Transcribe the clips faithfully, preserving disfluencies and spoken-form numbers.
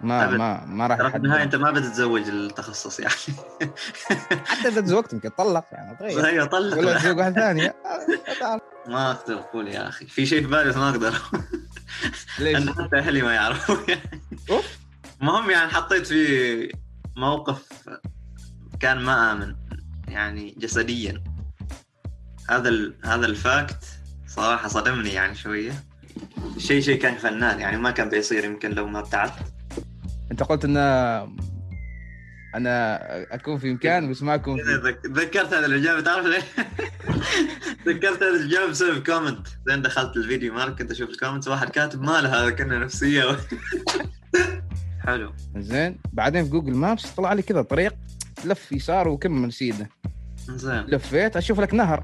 ما ما ما راح ترى يحدد. بالنهاية أنت ما بتتزوج التخصص يعني. حتى إذا تزوجت يمكن تطلق يعني تغير هي طلق ولا لا. تزوج واحدة ثانية. ما أقدر أقول يا أخي، في شيء في بالي بس ما أقدر. ليش؟ أنا حتى أهلي ما يعرفوا يعني. أوف. المهم يعني حطيت في موقف كان ما آمن يعني جسديا. هذا ال... هذا الفاكت صراحة صدمني يعني شوية. شيء شيء كان فنان يعني، ما كان بيصير يمكن لو ما ابتعدت. أنت قلت إن أنا أكون في مكان بس ما أكون في. ذكرت هذا الإجابة، تعرف ليه؟ ذكرت هذا الإجابة بسبب كومنت زين، دخلت الفيديو مالك كنت أشوف الكومنت، واحد كاتب ما له هذا كنا نفسية. حلو زين بعدين في جوجل مابس طلع لي كذا طريق لف يسار وكمل سيده. زين لفيت أشوف لك نهر.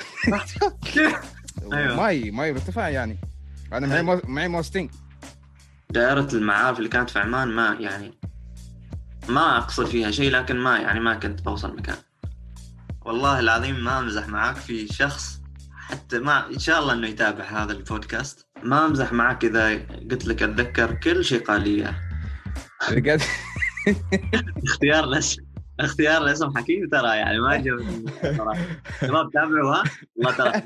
أيوة. ماي ماي ارتفاع يعني. أنا معي مو... معي موستينج. دائرة المعارف اللي كانت في عمان ما يعني ما أقصد فيها شيء، لكن ما يعني ما كنت بوصل مكان. والله العظيم ما أمزح معاك، في شخص حتى ما إن شاء الله إنه يتابع هذا البودكاست، ما أمزح معاك إذا قلت لك أتذكر كل شيء قال لي إياه. بجد. اختيار الاسم اختيار الاسم حكيم ترى يعني ما جاب صراحة. شباب تابعوا ها والله ترى.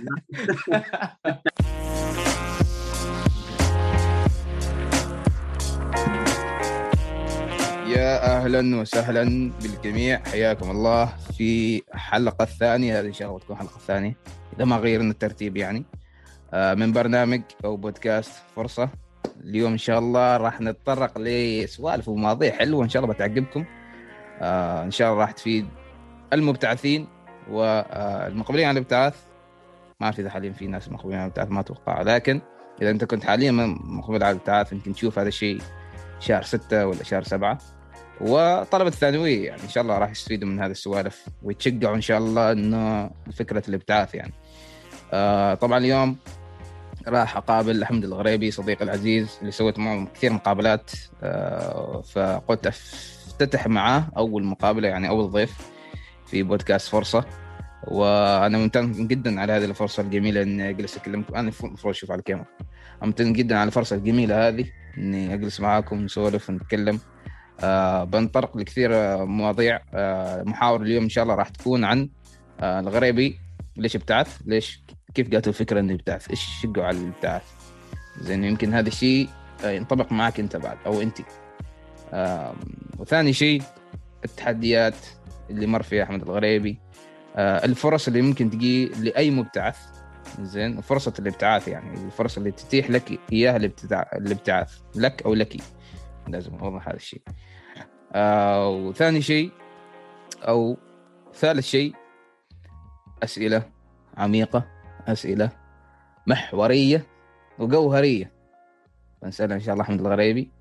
يا أهلا وسهلا بالجميع، حياكم الله في حلقة الثانية. هذه إن شاء الله تكون حلقة الثانية إذا ما غيرنا الترتيب يعني، من برنامج أو بودكاست فرصة. اليوم إن شاء الله راح نتطرق لسوالف ومواضيع حلوة إن شاء الله بتعجبكم. إن شاء الله راح تفيد المبتعثين والمقبلين على الابتعاث. ما في ذا حاليا في ناس مقبلين على الابتعاث ما أتوقع، لكن إذا أنت كنت حاليا مقبل على الابتعاث يمكن تشوف هذا الشيء شهر ستة ولا شهر سبعة. وطلبة الثانوية يعني إن شاء الله راح يستفيدوا من هذه السوالف ويتشجعوا إن شاء الله إنه فكرة الابتعاث يعني. آه طبعا اليوم راح أقابل أحمد الغريبي صديقي العزيز اللي سويت معه كثير مقابلات. آه فقلت أفتتح معاه أول مقابلة يعني أول ضيف في بودكاست فرصة، وأنا ممتن جدا على هذه الفرصة الجميلة إني أجلس أكلمكم. أنا المفروض أشوف على الكاميرا. ممتن جدا على الفرصة الجميلة هذه إني أجلس معاكم ونسولف ونتكلم. آه بنطرق لكثير مواضيع. آه محاور اليوم إن شاء الله راح تكون عن آه الغريبي، ليش ابتعث، ليش كيف جاته الفكرة إنه يبتعث، إيش شجعوا على الابتعاث. زين يمكن هذا الشيء آه ينطبق معك أنت بعد أو أنت. آه وثاني شيء التحديات اللي مر فيها أحمد الغريبي، آه الفرص اللي ممكن تجي لأي مبتعث. زين فرصة الابتعاث يعني الفرصة اللي تتيح لك إياها الابتعاث لك أو لك، لازم أوضح هذا الشيء. آه وثاني شيء أو ثالث شيء أسئلة عميقة، أسئلة محورية وجوهرية بنسألها إن شاء الله أحمد الغريبي،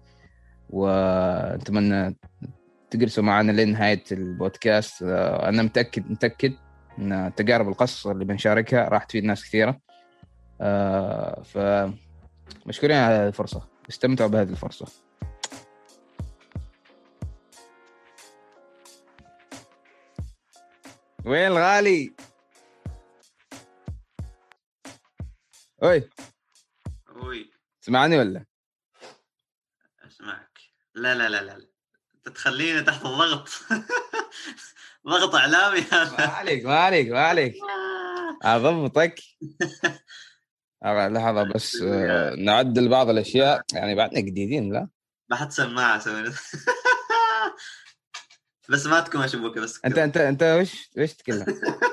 ونتمنى تجلسوا معنا لنهاية البودكاست. آه أنا متأكد متأكد أن تجارب القصص اللي بنشاركها راح تفيد ناس كثيرة. آه فمشكورين على هذه الفرصة، استمتعوا بهذه الفرصة. وين الغالي؟ أوي أوي تسمعني ولا؟ أسمعك. لا لا لا لا تتخليني تحت الضغط. ضغط إعلامي هذا. ما عليك ما عليك ما عليك أضبطك. لحظة بس نعدل بعض الأشياء يعني بعدنا جديدين. لا بحط سماعة سوينا. بس ما تكون مشبوكة بس. أنت أنت أنت وش وش تتكلم؟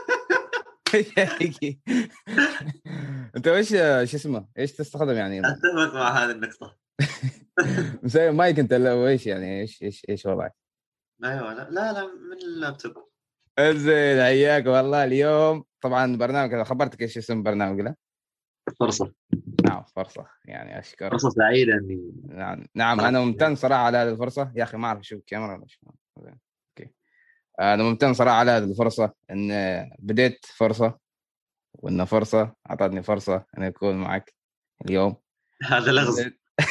أنت وش شو اسمه إيش تستخدم يعني؟ أتفق مع هذه النقطة. مسوي مايك أنت لو إيش يعني إيش إيش إيش وضعك؟ أيوة لا لا لا من اللابتوب. زين حياك والله. اليوم طبعا برنامج خبرتك إيش اسم برنامج له؟ فرصة. نعم فرصة يعني أشكرك. فرصة سعيدة إني. نعم نعم أنا ممتن صراحة على هذه الفرصة يا أخي. ما أعرف شو الكاميرا ولا شو. أوكي أنا ممتن صراحة على هذه الفرصة إن بديت فرصة وإن فرصة أعطتني فرصة أن أكون معك اليوم. هذا لغز.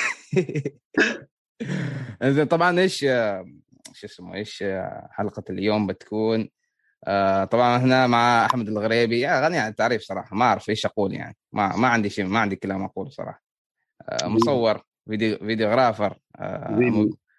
إنزين طبعا إيش شو اسمه إيش حلقة اليوم بتكون. آه طبعا هنا مع أحمد الغريبي. يعني غني عن التعريف صراحة ما أعرف إيش أقول يعني ما ما عندي شيء ما عندي كلام أقول صراحة. آه مصور فيديو فيديوغرافر. آه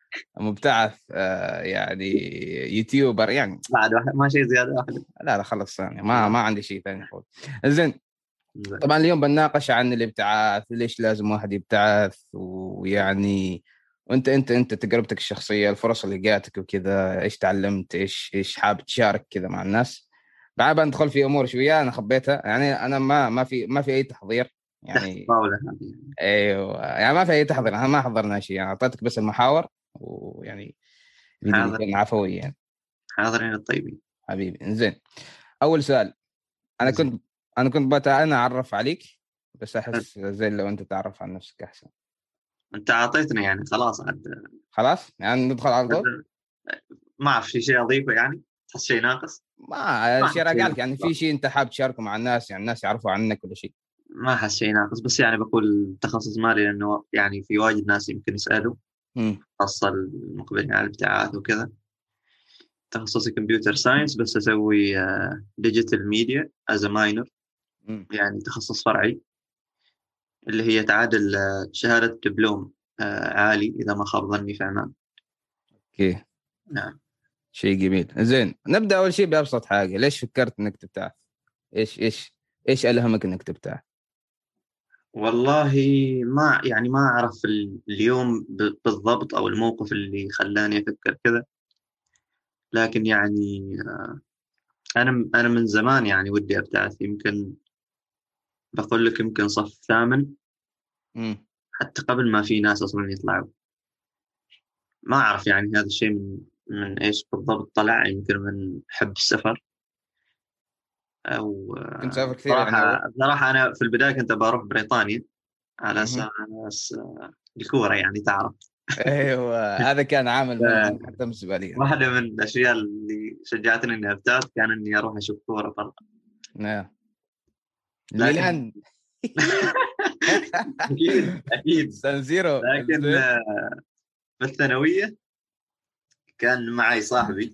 مبتعث آه يعني يوتيوبر يعني. بعد واحد ما شيء زياده واحده. لا لا خلص ثاني، ما ما عندي شيء ثاني اقول. زين. زين. طبعا اليوم بنناقش عن الابتعاث، ليش لازم واحد يبتعث، ويعني وانت انت انت تجربتك الشخصيه، الفرص اللي جاتك وكذا، ايش تعلمت، ايش ايش حابب تشارك كذا مع الناس. بعد بندخل في امور شويه انا خبيتها، يعني انا ما ما في ما في اي تحضير تحت يعني. الطاوله هذه. ايوه يعني ما في اي تحضير، انا ما حضرنا شيء يعني، اعطيتك بس المحاور ويعني فيديو حاضر. كان عفوي يعني. حاضرين الطيبين. حبيبي زين. اول سؤال. انا زين. كنت انا كنت بتا انا اعرف عليك، بس احس زين لو انت تعرف عن نفسك احسن. انت اعطيتني يعني خلاص عاد. خلاص يعني ندخل على طول. ما اعرف في شيء اضيفه يعني، تحس شيء ناقص؟ ما ما شيء احس شيء راجع لك يعني، في ناقص. شيء انت حابب تشاركه مع الناس، يعني الناس يعرفوا عنك ولا شيء؟ ما احس شيء ناقص، بس يعني بقول تخصص مالي لانه يعني في واجد ناس يمكن يسالوا، امم خاصه المقبلين على الابتعاث وكذا. تخصصي كمبيوتر ساينس، بس اسوي ديجيتال ميديا از ماينر، امم يعني تخصص فرعي، اللي هي تعادل آه، شهاده دبلوم آه، عالي اذا ما خاب ظني في عمان. اوكي. نعم. شيء جميل. زين نبدا اول شيء بابسط حاجه، ليش فكرت انك تبتعث؟ ايش ايش ايش الهمك انك تبتعث؟ والله ما يعني ما أعرف ال- اليوم ب- بالضبط أو الموقف اللي خلاني أفكر كذا، لكن يعني أنا أنا من زمان يعني ودي أبتعث، يمكن بقول لك يمكن صف ثامن، امم حتى قبل ما في ناس أصلا يطلعوا. ما أعرف يعني هذا الشيء من من إيش بالضبط طلع، يمكن من حب السفر أو كنت آه، سافر كثير يعني بصراحة اول؟ بصراحة أنا في البداية كنت بروح بريطانيا على اها. أساس آه، الكورة يعني تعرف. ايوه هذا كان عامل من حتى بالنسبه لي يعني. واحدة من الأشياء اللي شجعتني إني أبتعث كان إني أروح أشوف كورة برا. نعم. لكن الميلان. أكيد أكيد. سان سيرو. لكن زين. آه، في الثانوية كان معي صاحبي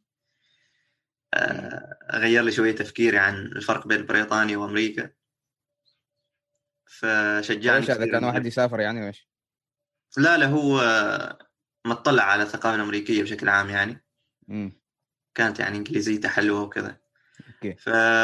مم. آه، غير لي شوية تفكيري عن الفرق بين بريطانيا وأمريكا، فشجعني وإيش هذا، كثير كان إني واحد أبتعث. يسافر يعني وإيش؟ لا لا، هو آه، مطلع على الثقافة الأمريكية بشكل عام يعني، امم كانت يعني إنجليزيته حلوة وكذا، اوكي.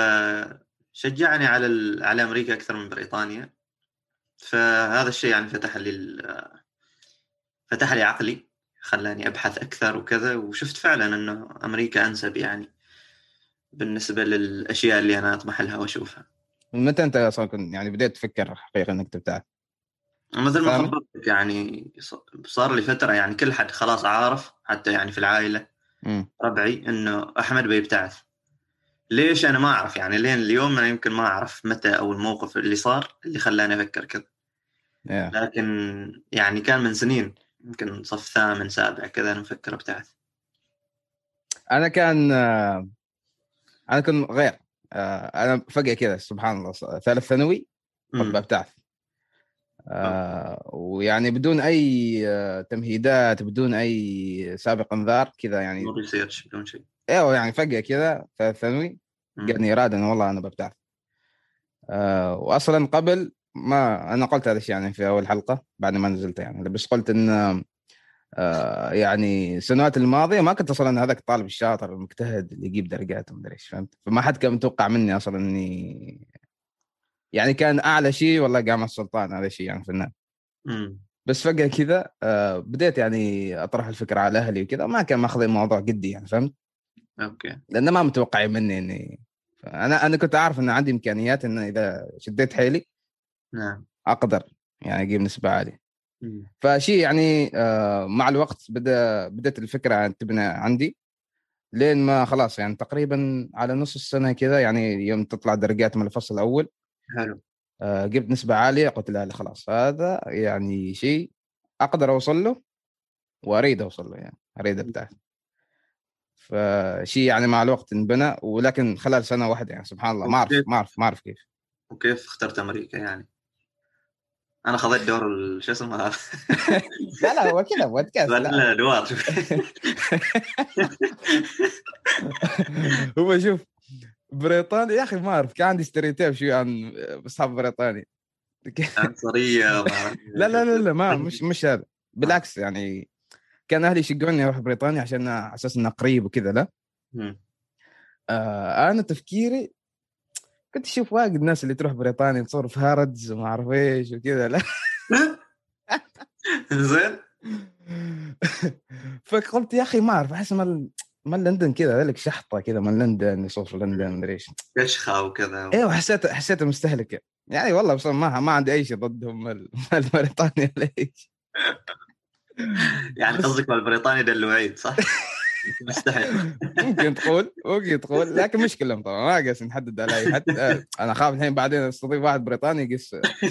فشجعني على ال- على أمريكا أكثر من بريطانيا. فهذا الشيء يعني فتح لي ال- فتح لي عقلي، خلاني أبحث أكثر وكذا، وشفت فعلا أنه أمريكا أنسب يعني بالنسبة للأشياء اللي أنا أطمح لها وأشوفها. من متى انت اصلا كنت يعني بديت تفكر حقيقة انك تبتعث؟ مثل ما الثامن؟ خبرتك يعني، ص- صار لي فترة يعني كل حد خلاص عارف، حتى يعني في العائلة امم ربعي إنه أحمد بيبتعث. ليش أنا ما أعرف يعني، لين اليوم أنا يمكن ما أعرف متى أو الموقف اللي صار اللي خلاني أفكر كذا، يا لكن يعني كان من سنين، يمكن صف ثامن سابع كذا أنا مفكر أبتعث. انا كان آه، انا كنت غير. آه، انا فجأة كذا سبحان الله، ص- ثالث ثانوي قلت امم. ببتعث. آه، ويعني بدون اي آه، تمهيدات، بدون اي سابق انذار كذا مو يعني. ريسيرش بدون شيء. ايوه يعني فجأة كذا ثالث ثانوي امم. جاني إرادة انه والله انا ببتعث. آه، واصلا قبل ما انا قلت هذا الشيء يعني في اول حلقة بعد ما نزلت يعني، بس قلت ان آه يعني السنوات الماضيه ما كنت اصلا هذاك الطالب الشاطر المجتهد اللي يجيب درجات ومدري ايش، فهمت؟ فما حد كان متوقع مني اصلا اني يعني، كان اعلى شيء والله قام السلطان، هذا شيء يعني فنان. امم. بس فجاه كذا آه بديت يعني اطرح الفكره على اهلي وكذا، ما كان ماخذ الموضوع جدي يعني، فهمت؟ أوكي. لانه ما متوقعين مني اني، انا انا كنت عارف ان عندي امكانيات ان اذا شديت حيلي نعم. اقدر يعني اجيب نسبه عاليه. امم. فشيء يعني آه مع الوقت بدا بدات الفكره تبنى عندي، لين ما خلاص يعني تقريبا على نص السنة كذا يعني، يوم تطلع درجات من الفصل الأول حلو. آه، جبت نسبة عالية، قلت لا لا خلاص هذا يعني شيء أقدر أوصل له وأريد أوصل له يعني، أريد أبتعث. فشيء يعني مع الوقت انبنى، ولكن خلال سنة واحدة يعني سبحان الله، ما أعرف وكيف ما أعرف ما أعرف كيف. وكيف اخترت أمريكا يعني؟ أنا خذيت دور ال- شو اسمه هذا. لا لا هو كذا بودكاست لا. بدل دوار شوف. هو شوف، بريطانيا يا أخي ما أعرف، كان عندي ستريتيب شوي عن أصحاب بريطانيا. عنصرية ما أعرف لا لا شوف. لا لا ما مش مش هذا، بالعكس يعني كان اهلي يشجعوني اروح بريطانيا عشان على اساس انه قريب وكذا. لا مم. آه انا تفكيري كنت اشوف واجد الناس اللي تروح بريطانيا تصور في هاردز وما اعرف ايش وكذا. لا زين. فقلت يا اخي ما اعرف، احس ما ما لندن كذا ذلك شحطه كذا من لندن يصور في لندن مدري ايش. كشخة وكذا. ايوه حسيت حسيتها مستهلكه يعني. والله بصراحه ما ما عندي اي شيء ضدهم مال مال بريطانيا ليش. يعني بس قصدك بالبريطاني ده الوعيد صح؟ مستحيل. ممكن تقول ممكن تقول لكن مش كلهم طبعا، ما قاس نحدد على اي حد. انا خاف الحين بعدين استضيف واحد بريطاني يقيس.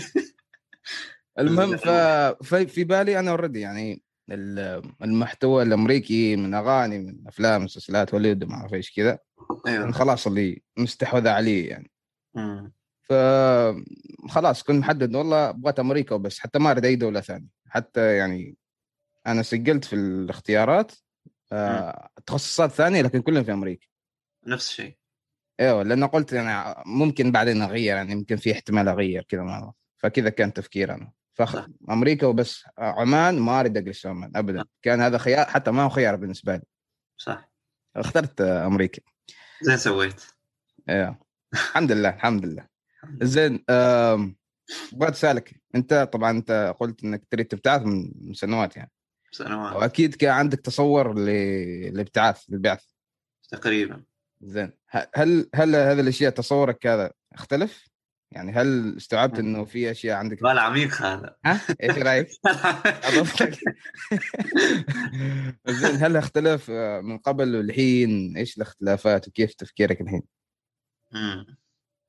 المهم ف... في في بالي انا اوريدي يعني المحتوى الامريكي من اغاني من افلام مسلسلات هوليوود ما اعرف ايش كذا ايوه خلاص اللي مستحوذ عليه يعني. مم. ف خلاص كنت محدد والله بغيت امريكا وبس، حتى ما اريد اي دوله ثانيه. حتى يعني انا سجلت في الاختيارات آه، تخصصات ثانيه لكن كلهم في امريكا. نفس الشيء. ايوه لان قلت يعني ممكن بعدين اغير، يعني يمكن في احتمال اغير كذا ما. فكذا كان تفكير انا فخ... صح. امريكا وبس. عمان ما اريد اجلس في عمان ابدا، كان هذا خيار حتى ما هو خيار بالنسبه لي. صح. اخترت امريكا. زين سويت. ايوه الحمد لله الحمد لله. زين أم... بغيت اسالك انت، طبعا انت قلت انك تريد تبتعث من سنوات يعني، سنوات واكيد كان عندك تصور ل... للابتعاث للبعث تقريبا. زين ه- هل هل هذه الاشياء تصورك هذا اختلف؟ يعني هل استوعبت انه في اشياء عندك؟ سؤال عميق هذا. ها ايش رايك؟ اضفتك. زين هل اختلف من قبل والحين؟ ايش الاختلافات وكيف تفكيرك الحين؟ مم.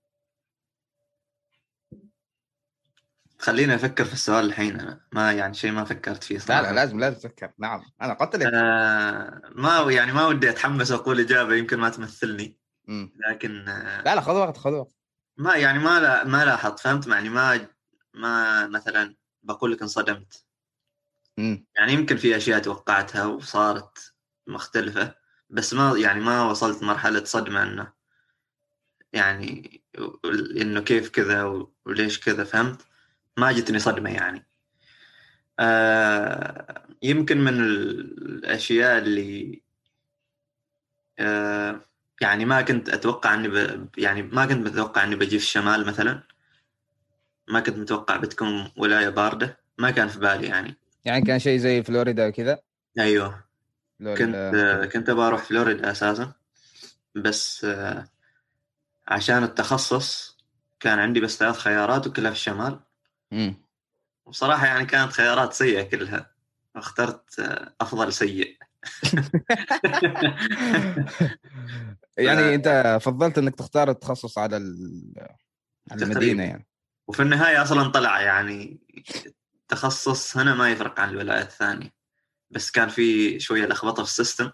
خليني افكر في السؤال الحين. انا ما يعني شيء ما فكرت فيه لا لا صراحة. لازم لازم تفكر. نعم انا قلت لك. آه ما يعني ما ودي اتحمس واقول اجابة يمكن ما تمثلني. مم. لكن آه لا لا خذ وقت خذ وقت. ما يعني ما لا ما لاحظت فهمت يعني ما ما مثلا بقول لك انصدمت. مم. يعني يمكن في اشياء توقعتها وصارت مختلفة، بس ما يعني ما وصلت مرحلة صدمة انه يعني انه كيف كذا وليش كذا فهمت. ما جتني صدمة يعني. آه يمكن من الاشياء اللي آه يعني ما كنت اتوقع اني ب... يعني ما كنت متوقع اني بجي في الشمال مثلا. ما كنت متوقع بتكون ولاية باردة، ما كان في بالي يعني. يعني كان شيء زي فلوريدا وكذا. ايوه لول كنت آه كذا. كنت ابغى اروح فلوريدا اساسا، بس آه عشان التخصص كان عندي بس ثلاث خيارات وكلها في الشمال. مم. وبصراحة يعني كانت خيارات سيئة كلها، واخترت آه افضل سيء. يعني انت فضلت انك تختار التخصص على ال- على المدينه تقريبا. يعني. وفي النهاية أصلا طلع يعني التخصص هنا ما يفرق عن الولايات الثانية، بس كان في شوية لخبطة في السيستم.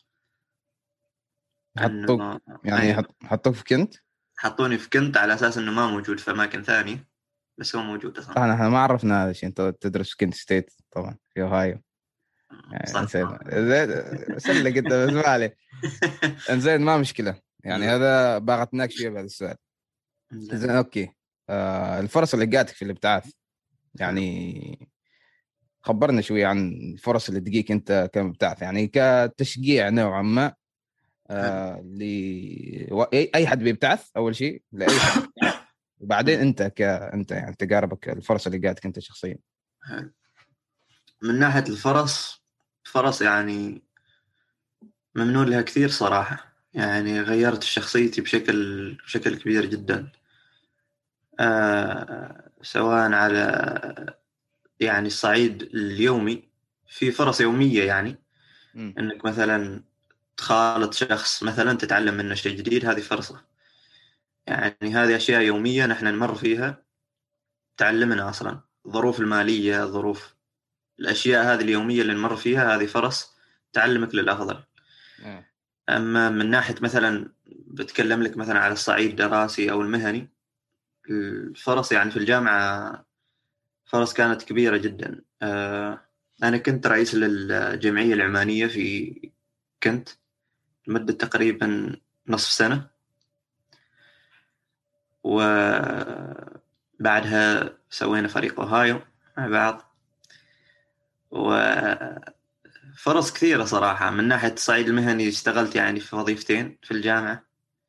حطوك إنه يعني أيوة حط- حطوك في كنت. حطوني في كنت على أساس إنه ما موجود في أماكن ثانية، بس هو موجود أصلا. طبعا احنا ما عرفنا هذا الشيء، انت تدرس في كنت ستيت طبعا في اوهايو. يعني صح. زين زين سلك انت بس ما عليه. زين ما مشكله يعني، هذا باغى اتناقش فيه بهذا السؤال. زين. زين اوكي. آه الفرص اللي جاتك في الابتعاث حلو. يعني، خبرنا شوي عن الفرص اللي تجيك انت كمبتعث يعني كتشجيع نوعا ما. حلو. آه ل و... اي أي حد بيبتعث اول شيء لاي حد، وبعدين انت كانت يعني تجاربك الفرص اللي جاتك انت شخصيا. حلو. من ناحية الفرص، فرص يعني ممنون لها كثير صراحة. يعني غيرت شخصيتي بشكل بشكل كبير جدا. آه سواء على يعني الصعيد اليومي، في فرص يومية يعني. امم إنك مثلا تخالط شخص مثلا تتعلم منه شيء جديد، هذه فرصة. يعني هذه أشياء يومية نحن نمر فيها، تعلمنا أصلا الظروف المالية، ظروف الأشياء هذه اليومية اللي نمر فيها، هذه فرص تعلمك للأفضل. آه. أما من ناحية مثلا بتكلم لك مثلا على الصعيد الدراسي أو المهني، الفرص يعني في الجامعة فرص كانت كبيرة جدا. آه، أنا كنت رئيس للجمعية العمانية في كنت لمدة تقريبا نصف سنة، وبعدها سوينا فريق أوهايو مع بعض. وفي فرص كثيرة صراحة. من ناحية الصعيد المهني اشتغلت يعني في وظيفتين في الجامعة،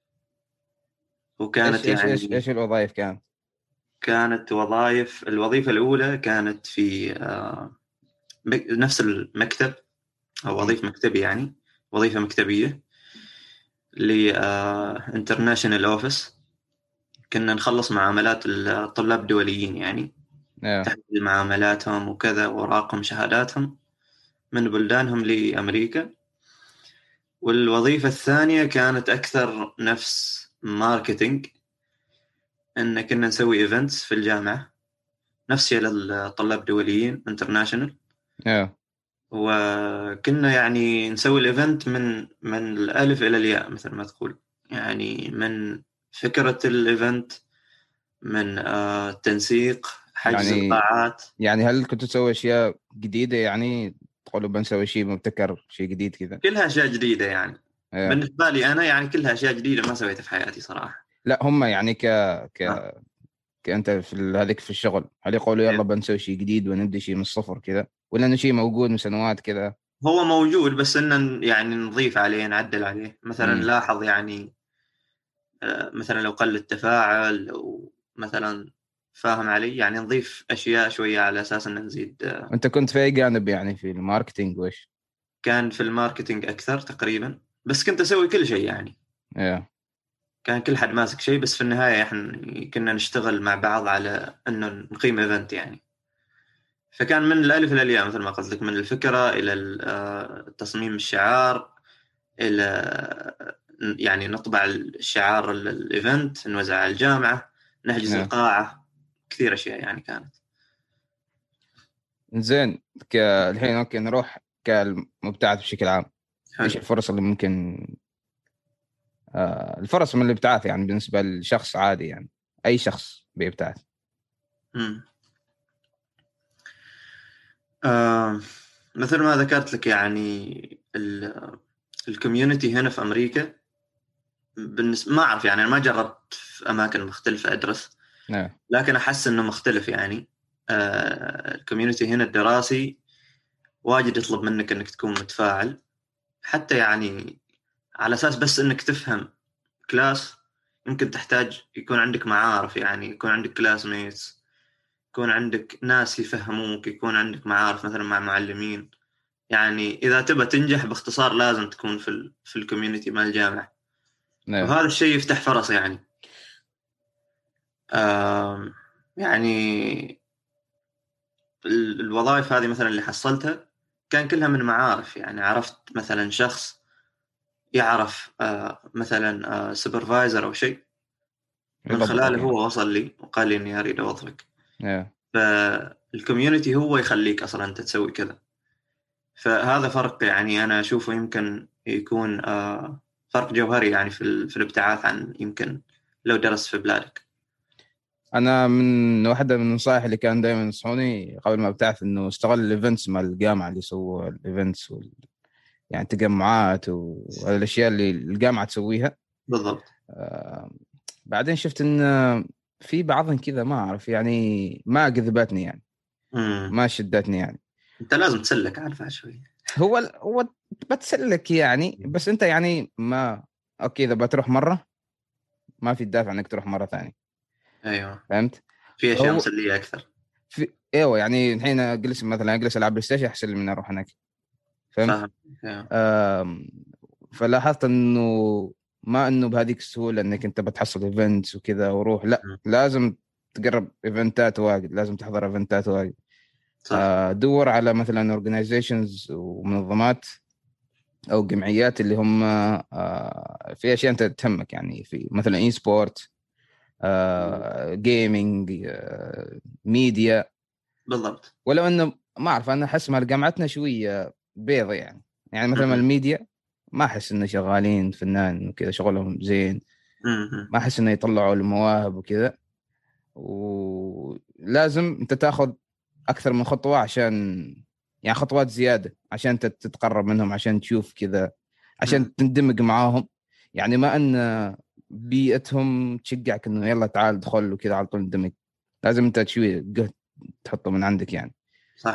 ايش وكانت ايش ايش يعني ايش الوظائف كانت؟ كانت وظائف. الوظيفة الأولى كانت في آه، مك- نفس المكتب، أو مم. وظيفة مكتبي يعني، وظيفة مكتبية ل انترناشونال اوفيس. كنا نخلص معاملات الطلاب الدوليين يعني، ايه. تحديد معاملاتهم وكذا، وأوراقهم، شهاداتهم من بلدانهم لأمريكا. والوظيفة الثانية كانت أكثر نفس ماركتينج، إن كنا نسوي إيفنتس في الجامعة، نفس شيء للطلاب الدوليين انترناشونال. ايه. وكنا يعني نسوي الإيفنت من من الألف إلى الياء مثل ما تقول، يعني من فكرة الإيفنت، من آه، تنسيق، حجز يعني القاعات. يعني هل كنت تسوي اشياء جديده يعني تقولوا بنسوي شيء مبتكر شيء جديد كذا؟ كلها أشياء جديدة يعني. ايه. بالنسبة لي أنا يعني كلها أشياء جديدة ما سويتها في حياتي صراحة. لا هم يعني ك آه. ك كأنت في ال- هذيك في الشغل هل يقولوا يلا إيه. بنسوي شيء جديد ونبدأ شيء من الصفر كذا، ولا انه شيء موجود من سنوات كذا؟ هو موجود بس إن يعني نضيف عليه، نعدل عليه. مثلا امم. لاحظ يعني آه، مثلا لو قل التفاعل، أو مثلا فاهم علي، يعني نضيف أشياء شوية على أساس إن نزيد. آه، انت كنت في اي جانب يعني في الماركتينج وش؟ كان في الماركتينج أكثر تقريبا، بس كنت أسوي كل شيء يعني. ايه. كان كل حد ماسك شيء، بس في النهاية إحنا كنا نشتغل مع بعض على إنه نقيم إيفنت يعني. فكان من الألف إلى الياء مثل ما قلت لك، من الفكرة إلى ال- آه، تصميم الشعار، إلى آه، يعني نطبع الشعار ال- الإيفنت، نوزع على الجامعة، نحجز ايه. القاعة. كثير أشياء يعني كانت. زين. ك... الحين اوكي نروح كالمبتعث بشكل عام. ايش حلو. الفرص اللي ممكن آه الفرص من الابتعاث يعني بالنسبة لشخص عادي يعني اي شخص بيبتعث؟ مم. آه مثل ما ذكرت لك يعني، الكوميونتي هنا في أمريكا، بالنسبة ما أعرف يعني، أنا ما جربت في أماكن مختلفة أدرس، ايه. لكن أحس إنه مختلف يعني. آه الكوميونتي هنا الدراسي واجد يطلب منك إنك تكون متفاعل، حتى يعني على أساس بس إنك تفهم كلاس. يمكن تحتاج يكون عندك معارف، يعني يكون عندك كلاس ميتس، يكون عندك ناس يفهموك، يكون عندك معارف مثلا مع معلمين. يعني إذا تبى تنجح باختصار لازم تكون في ال في الكوميونتي مال الجامعة. ايه. وهذا الشيء يفتح فرص يعني. آم، يعني ال- الوظائف هذه مثلا اللي حصلتها كان كلها من معارف. يعني عرفت مثلا شخص يعرف آه، مثلا سوبرفايزر أو شيء، من يضبطك خلاله يعني. هو وصل لي وقال لي إني أريد أوظفك. ايه. فالكوميونتي هو يخليك أصلا أنت تسوي كذا. فهذا فرق يعني أنا أشوفه يمكن يكون آه، فرق جوهري يعني في ال- في الابتعاث عن يمكن لو درست في بلادك. انا من واحده من النصائح اللي كان دائما ينصحوني قبل ما ابتعث انه استغل الايفنتس مع الجامعه اللي يسووا الايفنتس وال... يعني تجمعات والاشياء اللي الجامعه تسويها. بالضبط. آه... بعدين شفت ان في بعضهم كذا ما اعرف يعني ما جذبتني يعني مم. ما شدتني يعني. أنت لازم تسلك عارفها شوي. هو ال... هو بتسلك يعني بس انت يعني ما اوكي اذا بتروح مره ما في دافع انك تروح مره ثانيه. أيوه. فهمت؟ في أشياء فهو مسلية أكثر. في ايوه يعني الحين اجلس مثلا اجلس العب بلاي ستيشن احسن لي من اروح هناك. فهمت؟ فاهم. أيوه. آم، فلاحظت انه ما انه بهذيك السهوله انك انت بتحصل ايفنتس وكذا وروح، لا مم. لازم تقرب ايفنتات واجد، لازم تحضر ايفنتات واجد. صح. آه، دور على مثلا اورجنايزيشنز ومنظمات او جمعيات اللي هم آه، في اشياء انت تهمك يعني في مثلا اي سبورت، جيمنج، ميديا. بالضبط. ولو انه ما اعرف انا احس مع جامعتنا شويه بيض يعني. يعني مثلا مع مم. الميديا ما احس انه شغالين فنان وكذا شغلهم زين. مم. ما احس انه يطلعوا المواهب وكذا. ولازم انت تاخذ اكثر من خطوه عشان يعني خطوات زياده عشان انت تتقرب منهم عشان تشوف كذا مم. عشان تندمج معاهم. يعني ما ان بيئتهم تشجعك انه يلا تعال ادخل وكذا على طول اندمج. لازم انت شوي جهد تحطه من عندك يعني. صح.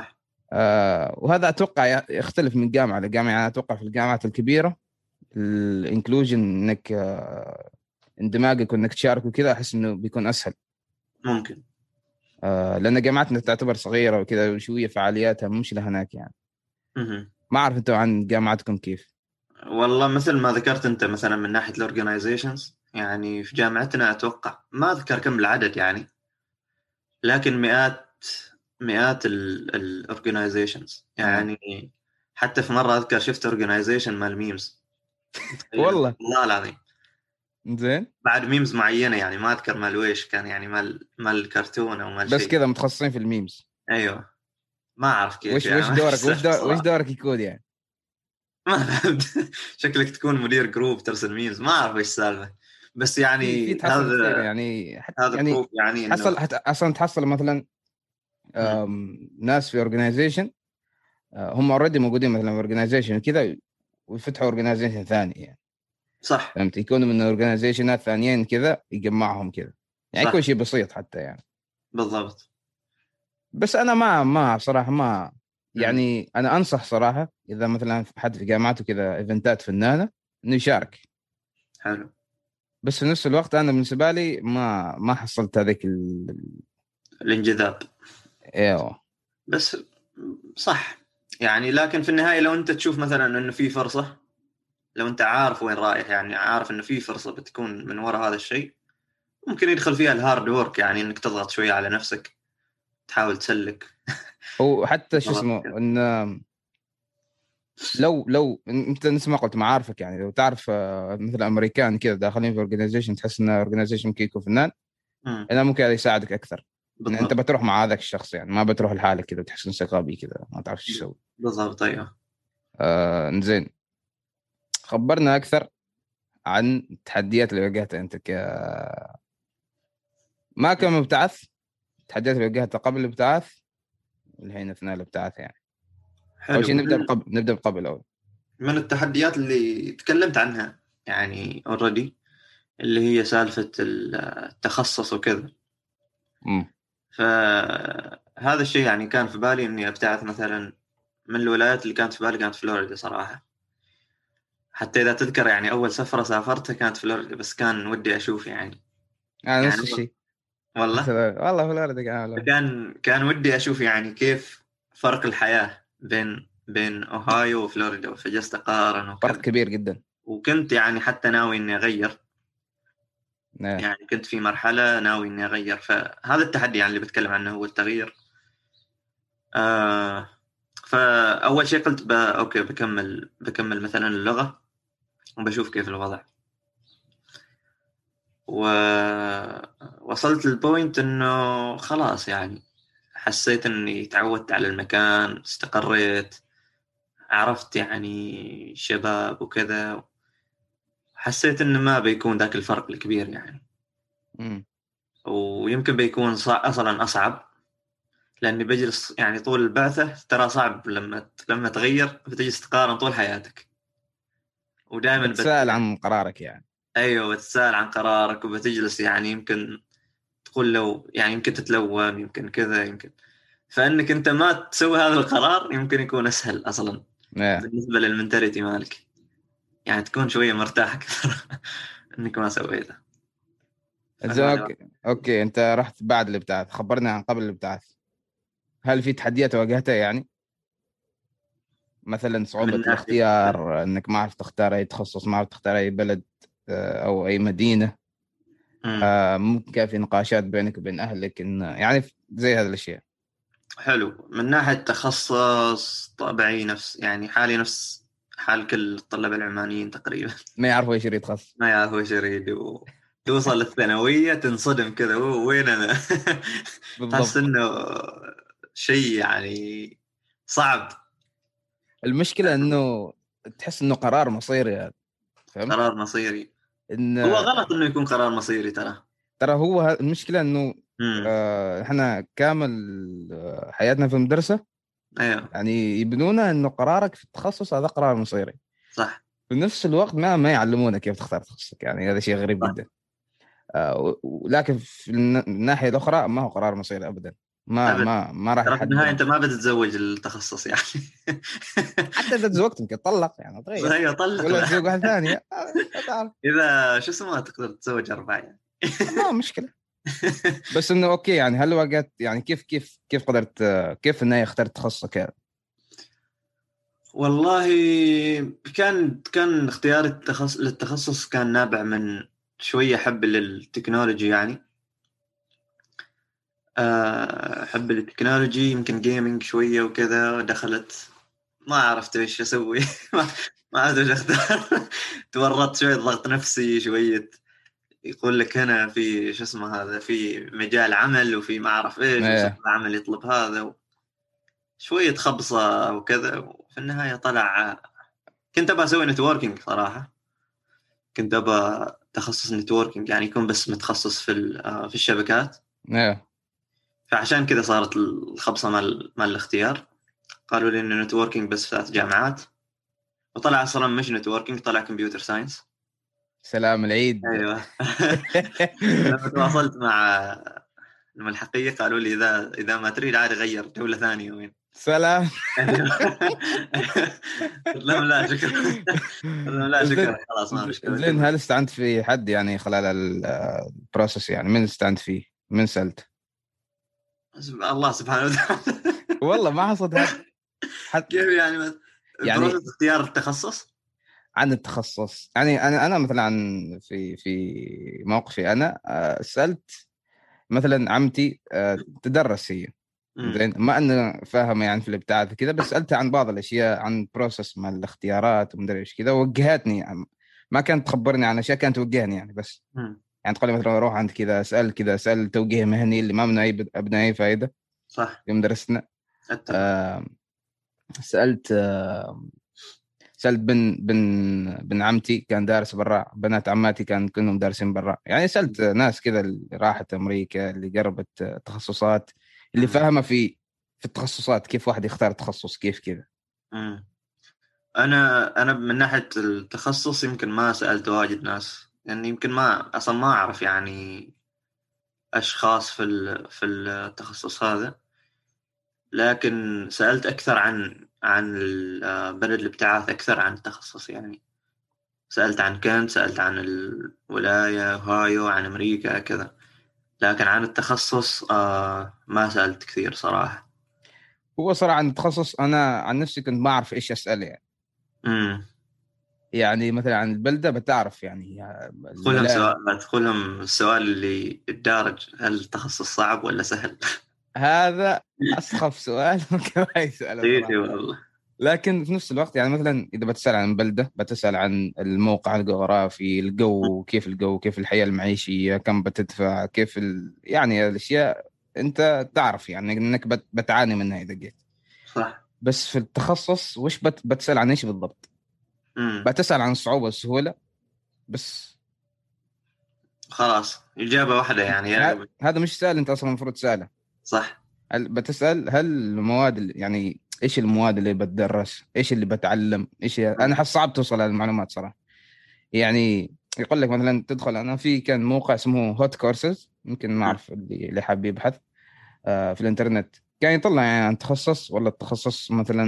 آه وهذا اتوقع يختلف من جامعه لجامعه. يعني اتوقع في الجامعات الكبيره الانكلوجن انك آه اندماجك وانك تشارك وكذا احس انه بيكون اسهل. ممكن. آه لان جامعتنا تعتبر صغيره وكذا وشويه فعالياتها مش هناك يعني. مهم. ما اعرف انتوا عن جامعتكم كيف. والله مثل ما ذكرت انت مثلا من ناحيه الاورجنايزيشنز، يعني في جامعتنا اتوقع ما اذكر كم العدد يعني، لكن مئات مئات الاورجنايزيشنز آه. يعني. حتى في مره اذكر شفت اورجنايزيشن مال ميمز. تخيل انت، والله والله العظيم. زين. بعد ميمز معينه يعني، ما اذكر مال ويش كان، يعني مال مال كرتون او مال بس شيء. كذا متخصصين في الميمز. ايوه. ما اعرف كيف وش يعني، وش ما في دورك وش سالفه دور وش صراحه. دورك يكون يعني. ما فهمت. شكلك تكون مدير جروب ترسل ميمز، ما اعرف ايش السالفه. بس في في يعني تحصل كثير هذا يعني حت هذا يعني بروف يعني انه. تحصل حت اصلا تحصل مثلا مم. آم، ناس في اورجنايزيشن هم اوريدي موجودين مثلا في اورجنايزيشن كذا ويفتحوا اورجنايزيشن ثاني يعني. صح. فهمت يكونوا من اورجنايزيشنات ثانيين كذا يجمعهم كذا. يعني يكون صح شيء بسيط حتى يعني. بالضبط. بس انا ما ما صراحه ما مم. يعني انا انصح صراحه اذا مثلا حد في جامعته كذا ايفنتات فنانه انه يشارك. حلو. بس في نفس الوقت انا بالنسبه لي ما ما حصلت هذيك ال... الانجذاب. ايوه. بس صح يعني، لكن في النهايه لو انت تشوف مثلا انه في فرصه، لو انت عارف وين رايح، يعني عارف انه في فرصه بتكون من وراء هذا الشيء، ممكن يدخل فيها الهارد وورك، يعني انك تضغط شويه على نفسك، تحاول تسلك. وحتى شو بالضبط اسمه كده. ان لو لو انت نفس ما قلت معارفك يعني لو تعرف آه، مثل امريكان كذا داخلين في اورجنايزيشن تحس ان اورجنايزيشن ممكن يكون فنان. مم. انا ممكن هذا يساعدك اكثر. ان انت بالضبط. بتروح مع هذاك الشخص يعني ما بتروح لحالك كذا وتحس انك غبي كذا ما تعرف ايش تسوي. بالضبط ايوه. آه زين. خبرنا اكثر عن التحديات اللي واجهتها انت ك ما كان مبتعث. التحديات اللي واجهتها قبل الابتعاث والحين اثناء الابتعاث يعني. اول حلو. شيء نبدا من بقبل نبدا بقبل اول. من التحديات اللي تكلمت عنها يعني اوريدي، اللي هي سالفة التخصص وكذا. امم فهذا الشيء يعني كان في بالي إني أبتعث مثلا. من الولايات اللي كانت في بالي كانت فلوريدا صراحة. حتى إذا تذكر يعني أول سفرة سافرتها كانت فلوريدا، بس كان ودي أشوف يعني. آه يعني نفس الشيء. والله. والله فلوريدا كان فكان كان ودي أشوف يعني كيف فرق الحياة بين بين أوهايو وفلوريدا، فجلست أقارن فرق وكذا. كبير جدا. وكنت يعني حتى ناوي إني أغير، آه. يعني كنت في مرحلة ناوي إني أغير. فهذا التحدي يعني اللي بتكلم عنه هو التغيير. آه فأول شيء قلت ب... أوكي بكمل بكمل مثلا اللغة، وبشوف كيف الوضع. ووصلت للبوينت إنه خلاص يعني، حسيت إني تعودت على المكان، استقريت، عرفت يعني شباب وكذا. حسيت إنه ما بيكون ذاك الفرق الكبير يعني. امم ويمكن بيكون صع... أصلا أصعب، لأني بجلس يعني طول البعثة. ترى صعب لما لما تغير بتجلس تقارن طول حياتك، ودائما بت... بتسأل عن قرارك يعني. ايوه بتسأل عن قرارك، وبتجلس يعني يمكن تقول لو يعني يمكن تتلوم، يمكن كذا يمكن. فانك انت ما تسوي هذا القرار يمكن يكون اسهل اصلا آه. بالنسبه للمنتاليتي مالك، يعني تكون شويه مرتاح اكثر انك ما سويته. زين فهذا اوكي. اوكي انت رحت بعد الابتعاث خبرنا عن قبل الابتعاث. هل في تحديات واجهتها يعني مثلا من صعوبة ناحيه. الاختيار انك ما عرفت تختار اي تخصص ما عرفت تختار اي بلد آه، او اي مدينة. امم آه، ممكن كان في نقاشات بينك وبين اهلك ان يعني زي هذه الاشياء. حلو. من ناحيه تخصص طبيعي، نفس يعني حالي نفس حال كل الطلبه العمانيين تقريبا. ما يعرفوا ايش يتخصص. ما يعرفوا ايش يريد، وتوصل الثانوية تنصدم كذا، "أوه، وين أنا". تحس بالضبط. إنه شيء يعني صعب. المشكلة انه تحس انه قرار مصيري هذا. فهمت قرار مصيري. ان هو غلط إنه يكون قرار مصيري ترى. ترى هو ه- المشكلة انه امم آه، احنا كامل آه، حياتنا في المدرسة أيوه. يعني يبنونا انه قرارك في التخصص هذا قرار مصيري. صح. في نفس الوقت ما ما يعلمونك كيف تختار تخصصك يعني هذا شيء غريب صح. جدا. آه، و- ولكن في الن- الناحية الأخرى ما هو قرار مصيري أبدا. ما أبد. ما ما راح ترى في النهاية يحدد. أنت ما بتتزوج التخصص يعني. حتى اذا تزوجت يمكن تطلق يعني تغير، هي طلق ولا له. تزوج واحده ثانيه آه، تعرف. إذا شو اسمه تقدر تتزوج أربعة يعني. ما مشكله. بس انه اوكي يعني هل وقت يعني كيف كيف كيف قدرت كيف اني اخترت تخصصك هذا؟ والله كان كان اختيار التخصص للتخصص كان نابع من شوية حب للتكنولوجي يعني. آه، حب للتكنولوجي، يمكن جيمنج شوية وكذا دخلت. ما عرفت ايش اسوي. ما ما ادري ايش اختار. تورطت شوية ضغط نفسي شوية. يقول لك هنا في شو اسمه هذا، في مجال عمل وفي ما اعرف ايش، وسوق ايه العمل يطلب هذا، شوية خبصة وكذا. وفي النهاية طلع كنت ابغى اسوي نتوركينج صراحة. كنت ابغى تخصص نتوركينج يعني يكون بس متخصص في ال- آه، في الشبكات. ايه فعشان كذا صارت الخبصة مال مال الاختيار. قالوا لي انه نتوركينج بس ثلاث جامعات، وطلع اصلا مش نتوركينج، طلع كمبيوتر ساينس. سلام العيد. ايوه. لما تواصلت مع الملحقية قالوا لي اذا اذا ما تريد عادي غير دولة ثانية وين. سلام. ايوه. قلت لهم لا شكرا. قلت لهم لا زين شكرا خلاص ما مشكلة زين، شكرا. هل استعنت في حد يعني خلال البروسس؟ يعني من استعنت فيه؟ من سألت؟ الله سبحانه وتعالى. والله ما حصلت حد حد كيف يعني بس يعني بروسس اختيار التخصص؟ عن التخصص. يعني انا انا مثلا في في موقفي انا آه، سألت مثلا عمتي آه، تدرس هي امم. زين، ما انه فاهمه يعني في الابتعاث كذا، بس سالتها عن بعض الاشياء عن بروسس مع الاختيارات ومدري ايش كذا، وجهتني يعني. ما كانت تخبرني عن اشياء، كانت توجهني يعني بس. امم. يعني تقول لي مثلا روح عند كذا، اسال كذا، اسال توجيه مهني اللي ما منه اي بد- ابدا اي فائده صح. يوم درسنا. اتفق. آه سالت آه سالت بن بن بن عمتي كان دارس برا، بنات عماتي كان كلهم دارسين برا. يعني سالت ناس كذا اللي راحت امريكا، اللي قربت تخصصات، اللي امم. فاهمه في في التخصصات، كيف واحد يختار تخصص كيف كذا. امم. انا انا من ناحيه التخصص يمكن ما سالت واجد ناس، يعني يمكن ما اصلا ما اعرف يعني اشخاص في ال- في التخصص هذا. لكن سالت اكثر عن عن ال- آه، بلد الابتعاث اكثر عن التخصص يعني. سالت عن كنت، سالت عن الولايه اوهايو، عن امريكا كذا. لكن عن التخصص آه ما سالت كثير صراحه. هو صراحة عن التخصص أنا عن نفسي كنت ما أعرف إيش أسأل يعني. امم. يعني مثلا عن البلدة بتعرف يعني ادخلهم الولاية. سؤال ادخلهم السؤال اللي الدارج، هل التخصص صعب ولا سهل؟ هذا أسخف سؤال ممكن ما يسأله اي صراحة. والله. لكن في نفس الوقت يعني مثلا إذا بتسأل عن بلدة، بتسأل عن الموقع الجغرافي، الجو، كيف الجو، كيف الحياة المعيشية، كم بتدفع، كيف ال... يعني الأشياء أنت تعرف يعني إنك بت... بتعاني منها إذا جيت. صح. بس في التخصص وش بت... بتسأل عن إيش بالضبط؟ امم. بتسأل عن الصعوبة والسهولة بس. خلاص إجابة واحدة يعني ه- يا. هذا مش سؤال انت اصلا المفروض تساله. صح. هل بتسال هل المواد اللي يعني ايش المواد اللي بتدرس، ايش اللي بتعلم، ايش هي؟ انا مم. حس صعب توصل للمعلومات صراحه. يعني يقول لك مثلا تدخل، انا في كان موقع اسمه هوت كورسز، يمكن ما مم. اعرف اللي اللي حاب يبحث آه، في الانترنت، كان يطلع يعني عن تخصص، ولا التخصص مثلا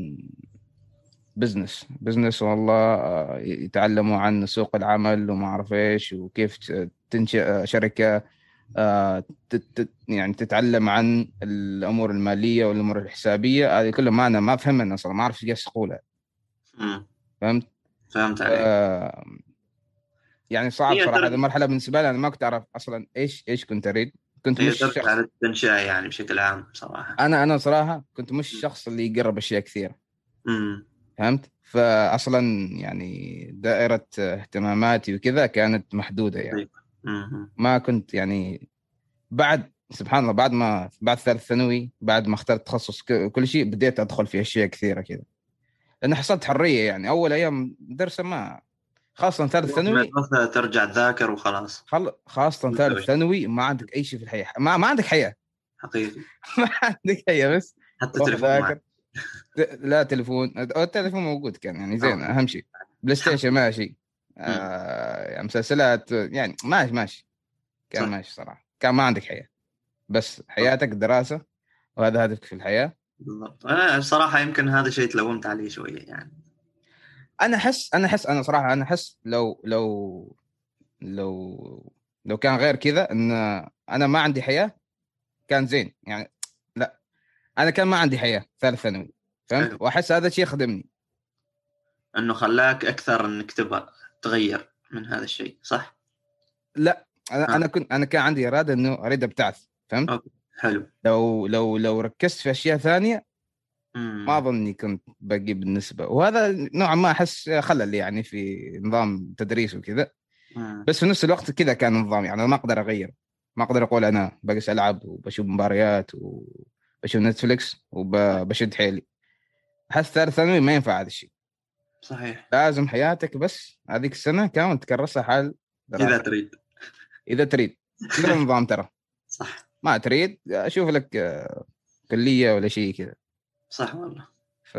بزنس بزنس والله آه، يتعلموا عن سوق العمل وما اعرف ايش، وكيف تنشئ شركه آه، تت تت- يعني تتعلم عن الامور الماليه والامور الحسابيه هذه كلها. ما انا ما افهمها اصلا، ما اعرف ايش اقولها. مم. فهمت؟ فهمت عليك. آه يعني صعب هي صراحه هذه ترجع المرحله بالنسبه لي. انا ما كنت اعرف اصلا ايش ايش كنت اريد. كنت هي مش ترجع شخص. للتنشئة يعني بشكل عام صراحة. انا انا صراحه كنت مش مم. الشخص اللي يقرب اشياء كثيره. مم. فهمت؟ فاصلا يعني دائره اهتماماتي وكذا كانت محدوده يعني. طيب. مم. ما كنت يعني بعد سبحان الله، بعد ما بعد ثالث ثانوي، بعد ما اخترت تخصص ك- كل شيء، بديت ادخل في اشياء كثيره كذا، لان حصلت حريه. يعني اول ايام دراسه ما، خاصه ثالث تروح ثانوي، المدرسة ترجع تذاكر وخلاص. خل... خاصه ثالث ثانوي ما عندك اي شيء في الحياه، ما, ما عندك حياه. حقيقي. ما عندك حياه، بس حتى روح تليفون ذاكر. معك. ت... لا تليفون، أو التليفون موجود كان يعني زين، أوه. اهم شيء بلاي الحمد ستيشن لله. ماشي. مم. آه... يعني مسلسلات يعني ماشي ماشي. كان صح. ماشي صراحه، كان ما عندك حياه، بس صح. حياتك دراسه وهذا هدفك في الحياة. بالضبط. أنا بصراحة يمكن هذا شيء تلومت عليه شوية يعني. انا احس انا احس انا صراحة انا احس لو لو لو لو كان غير كذا، ان انا ما عندي حياة كان زين يعني. لا، انا كان ما عندي حياة ثالث ثانوي، فهمت؟ حلو. واحس هذا الشيء خدمني. إنه خلاك أكثر إنك تبغى تغير من هذا الشيء، صح؟ لا، انا ها. انا كنت انا كان عندي إرادة انه اريد ابتعث، فهمت؟ أوكي. حلو. لو لو لو ركزت في اشياء ثانية ما امم. اظني كنت باقي بالنسبة، وهذا نوعا ما احس خلل يعني في نظام تدريس وكذا. امم. بس في نفس الوقت كذا كان النظام، يعني أنا ما أقدر أغير. ما أقدر أقول أنا بجلس ألعب وبشوف مباريات وبشوف نتفليكس وبشد حيلي. أحس ثالث ثانوي ما ينفع هذا الشيء. صحيح. لازم حياتك بس هذيك السنة كامل تكرسها حال إذا دراسة، تريد. إذا تريد. كذا النظام ترى. صح. ما تريد أشوف لك آه، كلية ولا شيء كذا. صح والله. ف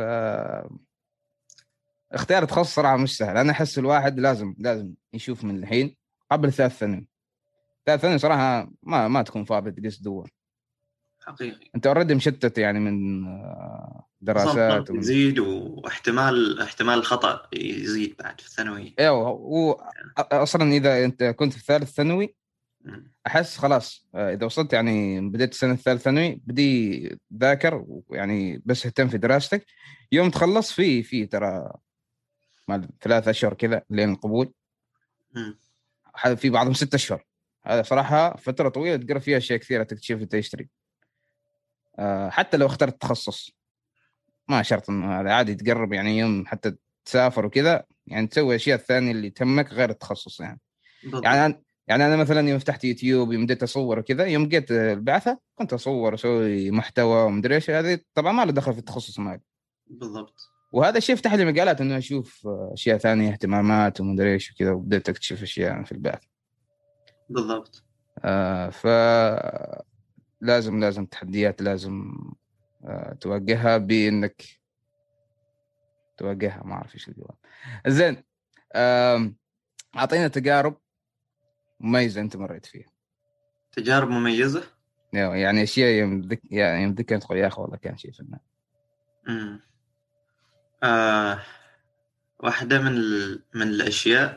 اختيار تخصص صراحة مش سهل. أنا أحس الواحد لازم لازم يشوف من الحين قبل ثالث ثانوي. ثالث ثانوي صراحة ما ما تكون فاضي تقص دور. حقيقي. انت اوريدي مشتت يعني من آه، أصلا دراسات الضغط ومن يزيد، واحتمال احتمال الخطأ يزيد بعد في الثانوية. ايوه. و... اصلا اذا انت كنت في ثالث ثانوي مم. احس خلاص، آه، اذا وصلت يعني بديت السنه الثالث ثانوي بدي ذاكر ويعني بس اهتم في دراستك. يوم تخلص في في ترى مال ثلاثة اشهر كذا لين القبول. مم. ح- في بعضهم ستة اشهر. هذا صراحه فتره طويله تقرا فيها اشياء كثيره تكتشف انت تشتري. آه، حتى لو اخترت تخصص ما شرط انه هذا عادي تقرب يعني يوم حتى تسافر وكذا، يعني تسوي اشياء ثانيه اللي تهمك غير التخصص يعني. يعني بالضبط. أنا يعني انا مثلا يوم فتحت يوتيوب يوم بديت اصور وكذا، يوم جيت البعثه كنت اصور اسوي محتوى ومدري ايش. هذه طبعا ما له دخل في التخصص مالي. بالضبط. وهذا الشيء فتح لي مجالات انه اشوف اشياء ثانيه اهتمامات ومدري ايش وكذا، وبديت اكتشف اشياء في البعث. بالضبط. آه ف لازم لازم تحديات لازم آه تواجهها بانك تواجهها. ما اعرف ايش الجواب. زين. آم، اعطينا تجارب مميزه انت مريت فيها. تجارب مميزة. يعني اشياء يوم ذك... يعني يوم ذكرت تقول يا اخي والله كان شيء فنان. مم. آه واحدة من ال... من الأشياء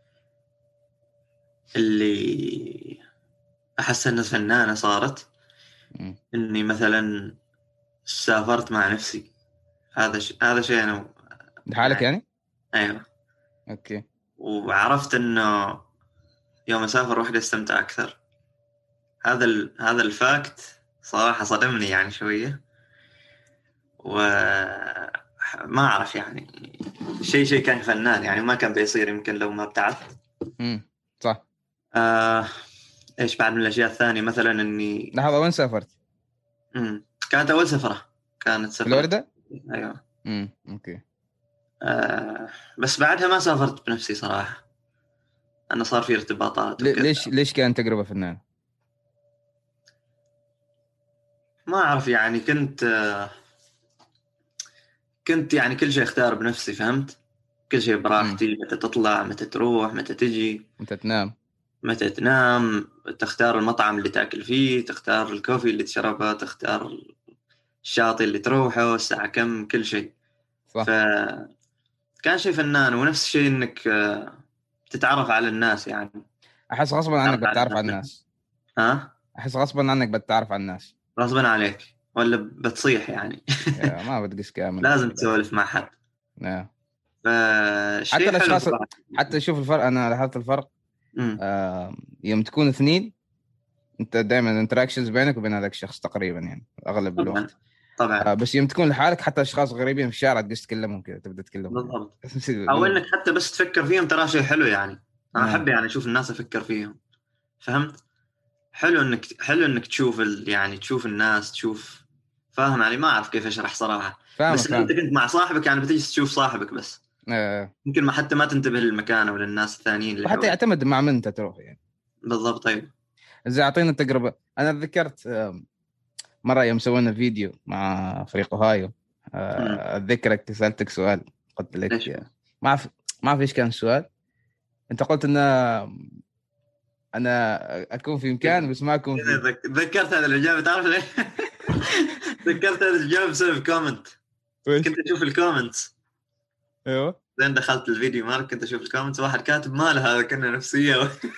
اللي أحس أنها فنانة صارت، مم. إني مثلا سافرت مع نفسي. هذا ش... هذا شيء أنا لحالك يعني. يعني؟ أيوه. اوكي. وعرفت إنه يوم أسافر وحدي أستمتع أكثر. هذا ال... هذا الفاكت صراحة صدمني يعني شوية. وما أعرف يعني، شيء شيء كان فنان يعني، ما كان بيصير يمكن لو ما ابتعثت. امم صح. آه... إيش بعد من الأشياء الثانية مثلا إني. لحظه، وين سافرت؟ مم. كانت أول سفرة، كانت سفرة. فلوريدا. أيوة. امم اوكي. آه... بس بعدها ما سافرت بنفسي صراحة. أنا صار في ارتباطات لي- وكذا. ليش ليش كانت تجربه فنانه؟ ما أعرف يعني، كنت آه... كنت يعني كل شيء اختار بنفسي، فهمت؟ كل شيء امم براحتي، متى تطلع، متى تروح، متى تجي، انت تنام. متى تنام، تختار المطعم اللي تاكل فيه، تختار الكوفي اللي تشربه، تختار الشاطئ اللي تروحه، الساعة كم، كل شيء. صح. فكان شيء فنان. ونفس الشيء إنك آه، تتعرف على الناس يعني. احس غصبا عنك تتعرف على بتعرف الناس على نفسهم. الناس. ها. احس غصبا عنك بتعرف على الناس. غصبا عليك ولا بتصيح يعني. يا ما بتقيس كامل لازم بس. تسولف مع حد. يا. حتى فشيء حلو الاشخاص، صراحة. حتى شوف الفرق. انا لاحظت الفرق. أمم. آه يوم تكون اثنين انت دائما انتراكشنز بينك وبين هذاك الشخص تقريبا يعني اغلب طبعا. الوقت. طبعا. آه بس يوم تكون لحالك حتى اشخاص غريبين في الشارع تقص تكلمهم كذا تبدا تكلمهم يعني. بالضبط. او انك حتى بس تفكر فيهم ترى شيء حلو يعني. انا نعم. احب يعني اشوف الناس افكر فيهم. فهمت؟ حلو انك حلو انك تشوف ال... يعني تشوف الناس، تشوف. فاهم علي؟ ما اعرف كيف اشرح صراحة. فاهمك بس اذا انت فاهم. كنت مع صاحبك يعني بتجي تشوف صاحبك بس. آه. يمكن ما حتى ما تنتبه للمكان او للناس الثانيين اللي وحتى حولك. يعتمد مع من انت تروح يعني. بالضبط. طيب. زي اعطينا تجربه. انا ذكرت آه، مره يوم سوينا فيديو مع فريق اوهايو. امم. آه، اتذكرك سالتك سؤال. قلت ليش؟ لك آه، ما اعرف ما اعرف ايش كان السؤال. انت قلت ان انا اكون في مكان بس ما اكون إذا فيه. ذك- تذكرت هذه الاجابه، تعرف ليه؟ ذكرت هذا الجواب بسبب كومنت. كنت اشوف الكومنتس. ايوه زين دخلت الفيديو مالك كنت اشوف الكومنتس، واحد كاتب ماله هذا كنا نفسيه.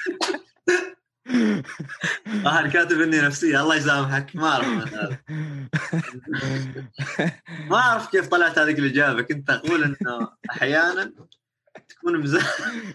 واحد كاتب اني نفسيه، الله يسامحك ما اعرف من هذا. ما اعرف كيف طلعت هذيك الاجابه. كنت اقول انه احيانا تكون مزاح.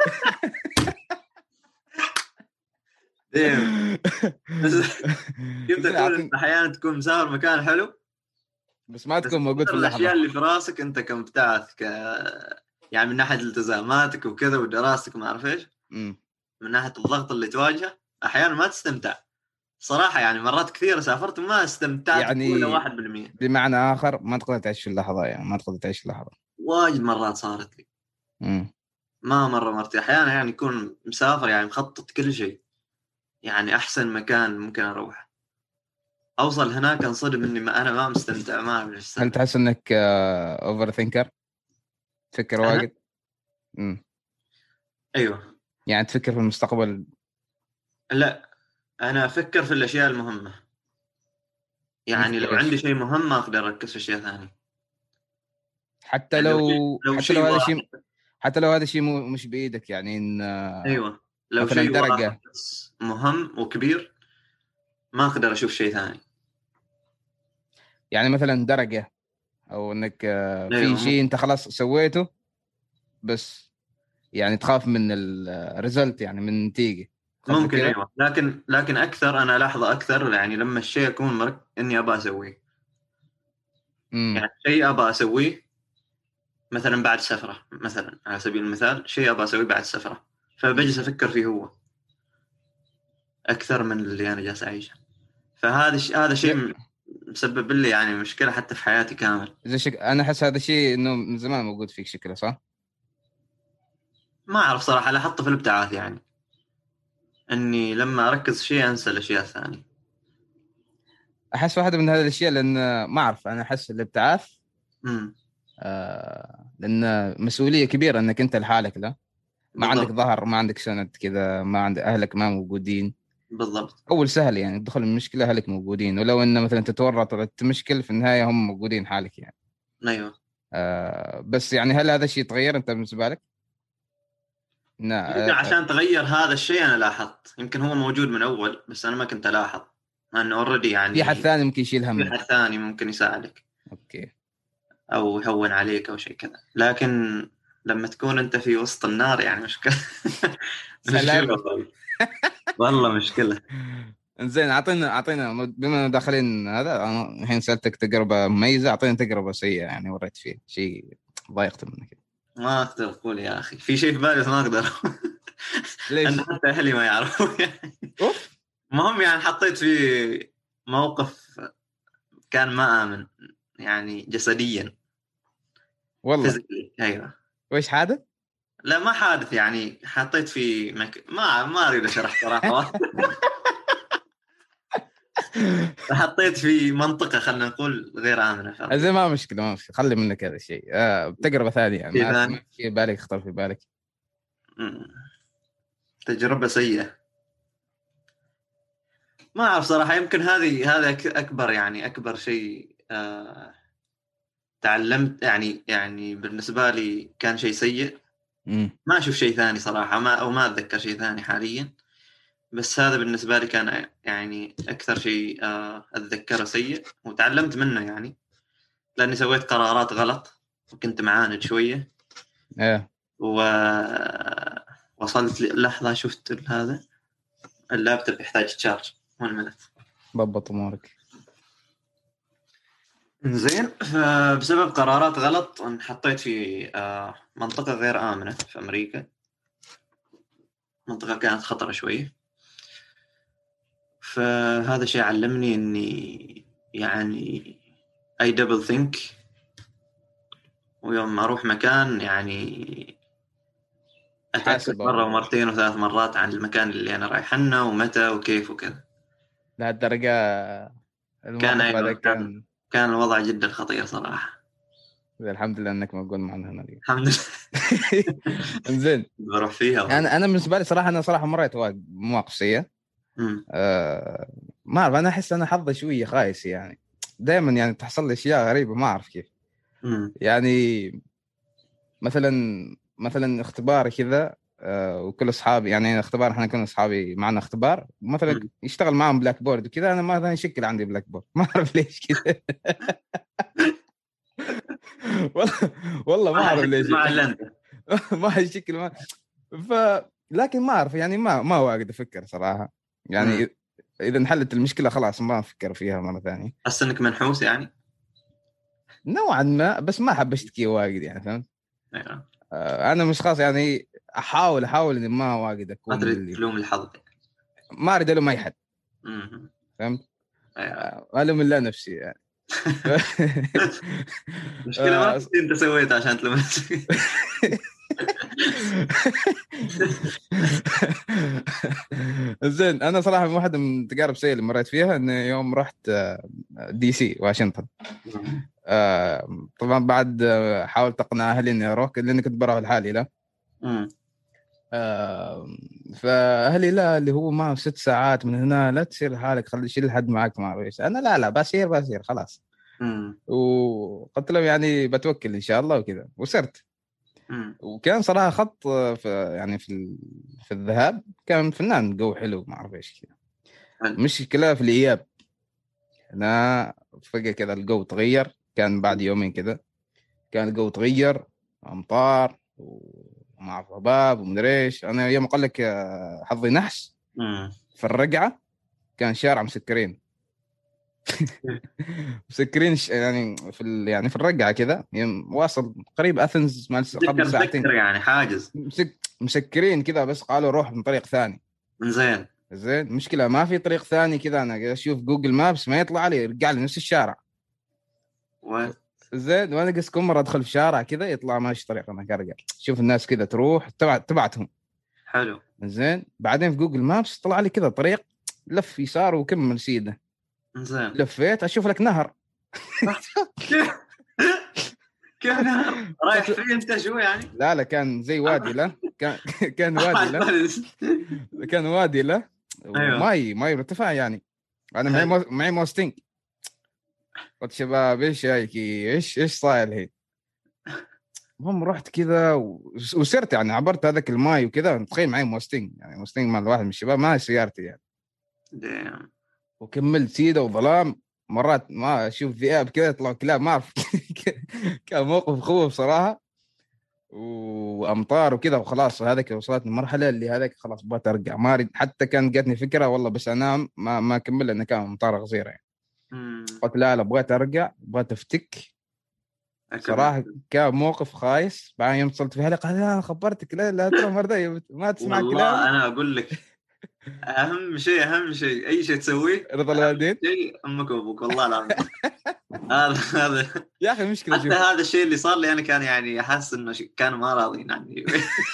كنت اقول ان احيانا تكون مسافر مكان حلو بس ما تكون موجود في اللحظه. الاشياء اللي في راسك انت كمبتعث ك يعني من ناحيه التزاماتك وكذا ودراستك وما اعرف ايش، من ناحيه الضغط اللي تواجهه احيانا ما تستمتع صراحه. يعني مرات كثيره سافرت وما استمتعت يعني ولا واحد بالمية. بمعنى اخر ما تقدر تعيش في اللحظه، يعني ما تقدر تعيش اللحظه. واجد مرات صارت لي. امم ما مره مرتين احيانا يعني يكون مسافر يعني مخطط كل شيء، يعني احسن مكان ممكن اروح، اوصل هناك انصدم اني ما انا ما مستمتع ما اعرف ايش. هل تحس انك اوفر ثينكر؟ تفكر واجد؟ امم ايوه. يعني تفكر في المستقبل؟ لا انا افكر في الاشياء المهمه. يعني لو عندي شيء مهم ما اقدر اركز في اشياء ثانيه. حتى يعني لو, لو حتى شيء لو هذا واحد. شيء حتى لو هذا الشيء مش بايدك، يعني ان ايوه لو مثلا شيء درجه واحد مهم وكبير ما اقدر اشوف شيء ثاني. يعني مثلا درجه، او انك في أيوة. شيء انت خلاص سويته بس يعني تخاف من الريزلت، يعني من النتيجه. ممكن ايوه، لكن لكن اكثر انا لاحظه اكثر يعني لما الشيء اكون مرك اني ابغى اسويه. امم يعني شيء ابغى اسويه مثلا بعد سفره، مثلا على سبيل المثال شيء ابغى اسويه بعد سفره، فبجلس افكر فيه هو اكثر من اللي انا جالس اعيشه. فهذا ش... هذا شيء مسبب لي يعني مشكله حتى في حياتي كامل. زي شك... انا احس هذا الشيء انه من زمان موجود فيك شكله، صح؟ ما اعرف صراحه، لاحظته في الابتعاث يعني اني لما اركز شيء انسى الاشياء الثانيه. احس واحده من هذه الاشياء، لان ما اعرف، انا احس الابتعاث امم آه لان مسؤوليه كبيره انك انت لحالك، لا ما عندك بالضبط. ظهر، ما عندك سند كذا، ما عندك اهلك ما موجودين. بالضبط. اول سهل يعني تدخل المشكله اهلك موجودين، ولو ان مثلا تتورط ولا تمشكل في النهايه هم موجودين حالك يعني. ايوه. آه بس يعني هل هذا الشيء يتغير انت بالنسبه لك؟ يمكن نا... آه عشان تغير هذا الشيء انا لاحظت، يمكن هو موجود من اول بس انا ما كنت الاحظ انه اوريدي في حد يعني ثاني ممكن يشيل في همك. حد ثاني ممكن يساعدك اوكي. او يهون عليك او شيء كذا. لكن لما تكون انت في وسط النار يعني مشكله. مشكله والله مشكله. زين، اعطينا اعطينا بما داخلين هذا، انا الحين سالتك تجربه مميزه، اعطينا تجربه سيئه يعني وريت فيه شيء ضايقت منك. ما اقدر اقول يا اخي في شيء في بالي بس ما اقدر. ليش؟ انا حتى اهلي ما يعرفوا يعني. اوف. المهم يعني حطيت في موقف كان ما امن يعني جسديا. والله؟ فيزيكلي ايوه. وش حادث؟ لا ما حادث يعني حطيت في مك... ما ما اريد اشرح صراحه. حطيت في منطقه خلينا نقول غير امنه. زين ما مشكله ما مشكله، خلي منك هذا الشيء. آه تجربه ثانيه يعني شيء ما ثاني. في بالك يخطر في بالك؟ مم. تجربه سيئه ما اعرف صراحه. يمكن هذه هذا اكبر يعني اكبر شيء آه... تعلمت يعني يعني بالنسبه لي كان شيء سيء. مم. ما اشوف شيء ثاني صراحه، ما او ما اتذكر شيء ثاني حاليا. بس هذا بالنسبه لي كان يعني اكثر شيء آه... اتذكره سيء وتعلمت منه يعني، لاني سويت قرارات غلط وكنت معاند شويه. ايه. ووصلت لحظه شفت هذا اللابتوب يحتاج تشارج والملف. ضبط امورك. زين. فبسبب قرارات غلط انحطيت في آه، منطقة غير آمنة في أمريكا. منطقة كانت خطرة شوي. فهذا شيء علمني إني يعني I double think، ويوم ما أروح مكان يعني أتأكد مرة ومرتين وثلاث مرات عن المكان اللي أنا رايحنه ومتى وكيف وكذا. لهالدرجة كان الموقف هذا أيضا كان كان كان الوضع جدا خطير صراحة. الحمد لله انك موجود معنا هنا اليوم. الحمد لله. انزين. بروح فيها والله. انا انا بالنسبه لي صراحه انا صراحه مريت مواقف سيئه. أه ما اعرف، انا احس انا حظي شويه خايس يعني. دائما يعني تحصل لي اشياء غريبه ما اعرف كيف. امم يعني مثلا مثلا اختبار كذا، آه، وكل اصحابي يعني اختبار، احنا كنا اصحابي معنا اختبار مثلا امم يشتغل معهم بلاك بورد وكذا، انا ما يشكل عندي بلاك بورد ما اعرف ليش كذا. والله والله ما ما اعرف حشكل ليش. مع الا انت. ما يشكل ما ف لكن ما اعرف يعني، ما ما واجد افكر صراحه امم يعني. اذا انحلت المشكله خلاص ما افكر فيها مره ثانيه حاسس انك منحوس يعني. نوعا ما، بس ما احب اشتكي واجد يعني فهمت. ايوه. آه، انا مش خاص يعني، احاول احاول اني ما واجد ما اكون من تريد اللي تلوم الحظ. ما اريد الوم اي حد امم فهمت. ايوه. آه، الوم الا نفسي يعني. ف... المشكله ما آه، في شيء انت سويته عشان تلوم نفسك. زين، انا صراحه واحده من تجارب السيئه اللي مريت فيها ان يوم رحت آه، دي سي واشنطن. آه، طبعا بعد آه، حاولت اقنع اهلي اني اروح لاني كنت بروح لحالي لا. امم آه، فاهلي لا، اللي هو ما ست ساعات من هنا، لا تصير لحالك، خلي شيل حد معك ما اعرف ايش. انا لا لا بسير بسير خلاص. امم وقلت لهم يعني بتوكل ان شاء الله وكذا وسرت. امم وكان صراحه خط آه، في يعني في ال- في الذهاب كان فنان جو حلو ما اعرف ايش كذا. حلو. مشكله في الاياب، انا فجاه كذا الجو تغير، كان بعد يومين كذا كان الجو تغير، امطار ومع ضباب ومدري ايش. انا يوم اقول لك آه، حظي نحس امم في الرقعه، كان شارع مسكرين. مسكرين ش- يعني في ال... يعني في الرقعه كذا يعني واصل قريب اثنز ما لسه مسكر قبل ساعتين. مسكر يعني حاجز. مسك... مسكرين كذا، بس قالوا روح من طريق ثاني. من زين. زين، مشكله ما في طريق ثاني كذا، انا قاعد اشوف جوجل مابس ما يطلع لي، يرجع لي نفس الشارع. و... زين، وانا قص كل مره ادخل في شارع كذا يطلع ماشي طريق، انا قاعد أرجع. شوف الناس كذا تروح تبع تبعتهم. حلو. زين، بعدين في جوجل مابس طلع لي كذا طريق لف يسار وكمل سيده. من زين. لفيت اشوف لك نهر. كيف كيف نهر رايح قلت فيه انت شو يعني؟ لا لا، كان زي وادي له، كان كان وادي له، كان وادي له ايوه. وماي ماي مرتفع يعني. انا معي حلو. مو... معي موستنج. قلت شباب ايش هيك، ايش ايش صاير الحين. المهم رحت كذا و... وسرت يعني، عبرت هذاك الماي وكذا. تخيل معي موستنج يعني، موستنج مال واحد من الشباب ما هي سيارتي يعني. ديم. وكملت سيده وظلام، مرات ما اشوف ذئاب كذا يطلعوا كلاب ما اعرف. كان موقف خوف صراحه، وامطار وكذا وخلاص. هذاك وصلت المرحله اللي هذاك خلاص بغيت ارجع، ما اريد حتى. كان جاتني فكره والله بس انام ما ما اكمل لانه كان امطار غزيره يعني. امم قلت لا لا، بغيت ارجع، بغيت افتك. اكمل. صراحه كان موقف خايس. بعدين يوم اتصلت فيها قال لا انا خبرتك، لا لا ترى مرضى ما تسمع والله كلامي. انا اقول لك، اهم شيء اهم شيء اي شيء تسويه، رضا اهم الوالدين. شيء امك وابوك والله العظيم. هذا هذا يا اخي مشكله حتى شوف. هذا الشيء اللي صار لي انا كان يعني احس انه ش- كانوا ما راضيين عني.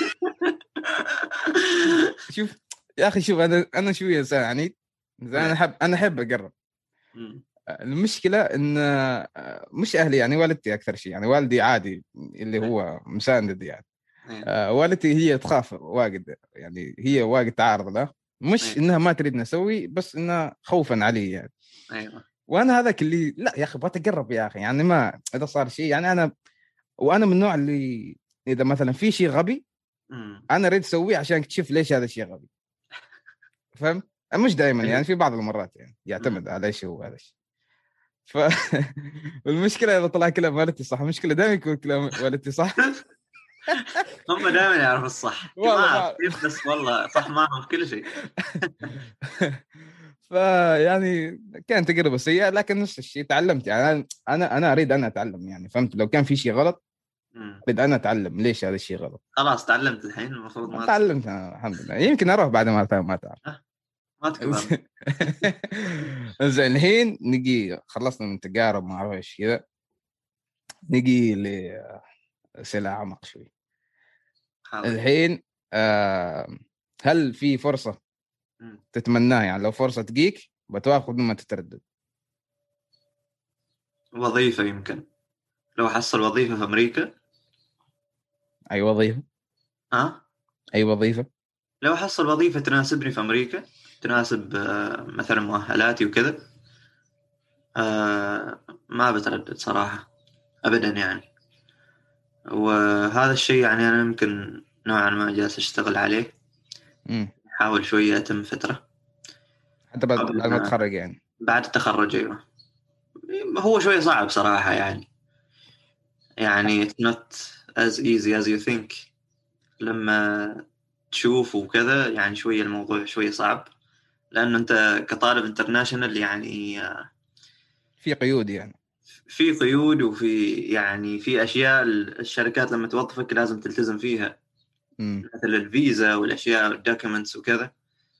شوف يا اخي شوف، انا انا شويه انسان عنيد. زين، انا احب انا احب اقرب. أمم. المشكله ان آه، مش اهلي يعني، والدتي اكثر شيء يعني. والدي عادي اللي هو مساند يعني. إيه. آه، والدتي هي تخاف واجد يعني، هي واجد تعارض له. مش إيه. انها ما تريد نسوي، بس انها خوفا علي يعني. ايوه. وانا هذاك اللي لا يا اخي ابغى تقرب يا اخي يعني، ما اذا صار شيء يعني انا. وانا من النوع اللي اذا مثلا في شيء غبي أمم. انا اريد اسويه عشان تشوف ليش هذا الشيء غبي. فهمت؟ مش دائما حلو. يعني، في بعض المرات يعني أمم. يعتمد على ايش هو هذا الشيء. ف والمشكله اذا طلع كلام والدتي صح، المشكله دائما يكون كلام والدتي صح. هم دائما يعرفوا الصح ما والله اعرف ما كيف، بس والله صح معهم في كل شيء. فيعني كانت تجربه سيئه، لكن نفس الشيء تعلمت يعني. انا انا انا اريد انا اتعلم يعني فهمت. لو كان في شيء غلط أمم. اريد انا اتعلم ليش هذا الشيء غلط. خلاص تعلمت الحين المفروض ما تسوي. تعلمت أنا الحمد لله. يمكن اروح بعد ما تعرف ما تعرف. أه، ما تكبر. زين، الحين نجي خلصنا من تجارب ما اعرف ايش كذا، نجي لأسئلة أعمق شوي. حاضر. الحين آه هل في فرصة أمم. تتمناها يعني، لو فرصة تجيك بتاخذ ما تتردد؟ وظيفة يمكن، لو حصل وظيفة في أمريكا. أي وظيفة؟ ها، أي وظيفة؟ لو حصل وظيفة تناسبني في أمريكا، تناسب آه، مثلا مؤهلاتي وكذا، آه ما بتردد صراحة أبدا يعني. وهذا الشيء يعني أنا يمكن نوعا ما جالس أشتغل عليه، امم أحاول شوية أتم فترة حتى بعد قبل بعد ما ما تتخرج يعني. بعد التخرج. أيوة، هو شوية صعب صراحة يعني. يعني it's not as easy as you think. لما تشوف وكذا يعني شوية الموضوع شوية صعب، لأنه أنت كطالب انترناشونال يعني في قيود يعني. في قيود، وفي يعني في أشياء الشركات لما توظفك لازم تلتزم فيها، امم مثل الفيزا والأشياء والدوكيومنتس وكذا.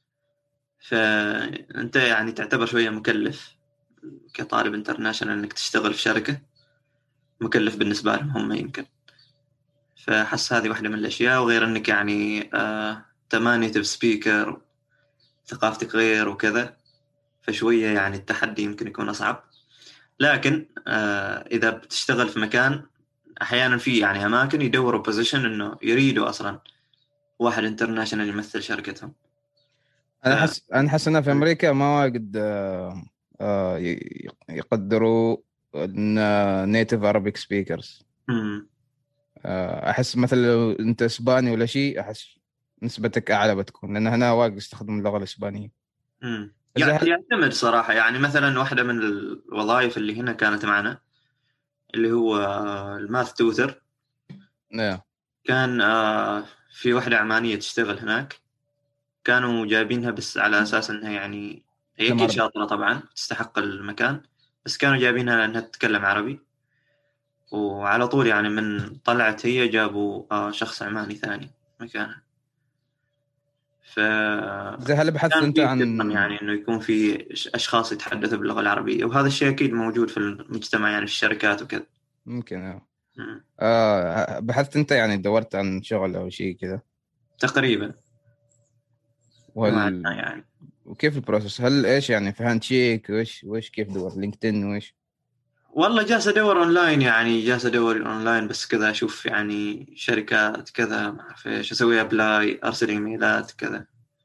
فأنت يعني تعتبر شوية مكلف كطالب انترناشونال إنك تشتغل في شركة، مكلف بالنسبة لهم هم يمكن. فحس هذه واحدة من الأشياء، وغير إنك يعني آه تمانيتيف سبيكر، ثقافتك غير وكذا، فشوية يعني التحدي يمكن يكون أصعب. لكن آه إذا بتشتغل في مكان، أحيانا في يعني أماكن يدوروا بوزيشن إنه يريدوا أصلا واحد انترناشونال يمثل شركتهم. ف انا حس انا حاسس انها في امريكا ما واجد آه، آه، ي- يقدروا نيتيف Arabic سبيكرز. مم. احس مثلا لو انت اسباني ولا شيء، احس نسبتك اعلى بتكون، لان هنا واجد يستخدم اللغه الاسبانيه. مم. زي يع- هل يعتمد صراحة. يعني مثلا واحدة من الوظائف اللي هنا كانت معنا، اللي هو آه، الماث توثر. نعم. كان آه، في واحدة عمانية تشتغل هناك، كانوا جايبينها بس على أساس إنها يعني هي كلام أكيد عربي. شاطرة طبعا تستحق المكان، بس كانوا جايبينها لأنها تتكلم عربي. وعلى طول يعني من طلعت هي جابوا آه، شخص عماني ثاني مكانها. ف زي هل بحثت كان انت في عن اهتمام يعني إنه يكون في أش- أشخاص يتحدثوا باللغة العربية، وهذا الشيء أكيد موجود في المجتمع يعني في الشركات وكذا. ممكن آه. مم. آه، بحثت انت يعني دورت عن شغل او شيء كذا؟ تقريبا نوعا وهل ما يعني. وكيف البروسس؟ هل ايش يعني في هاند شيك وش وش كيف دور لينكدين وش؟ والله جالس ادور اونلاين، يعني جالس ادور اونلاين بس كذا، اشوف يعني شركات كذا، ما اعرف ايش اسوي، ابلاي، ارسل ايميلات كذا،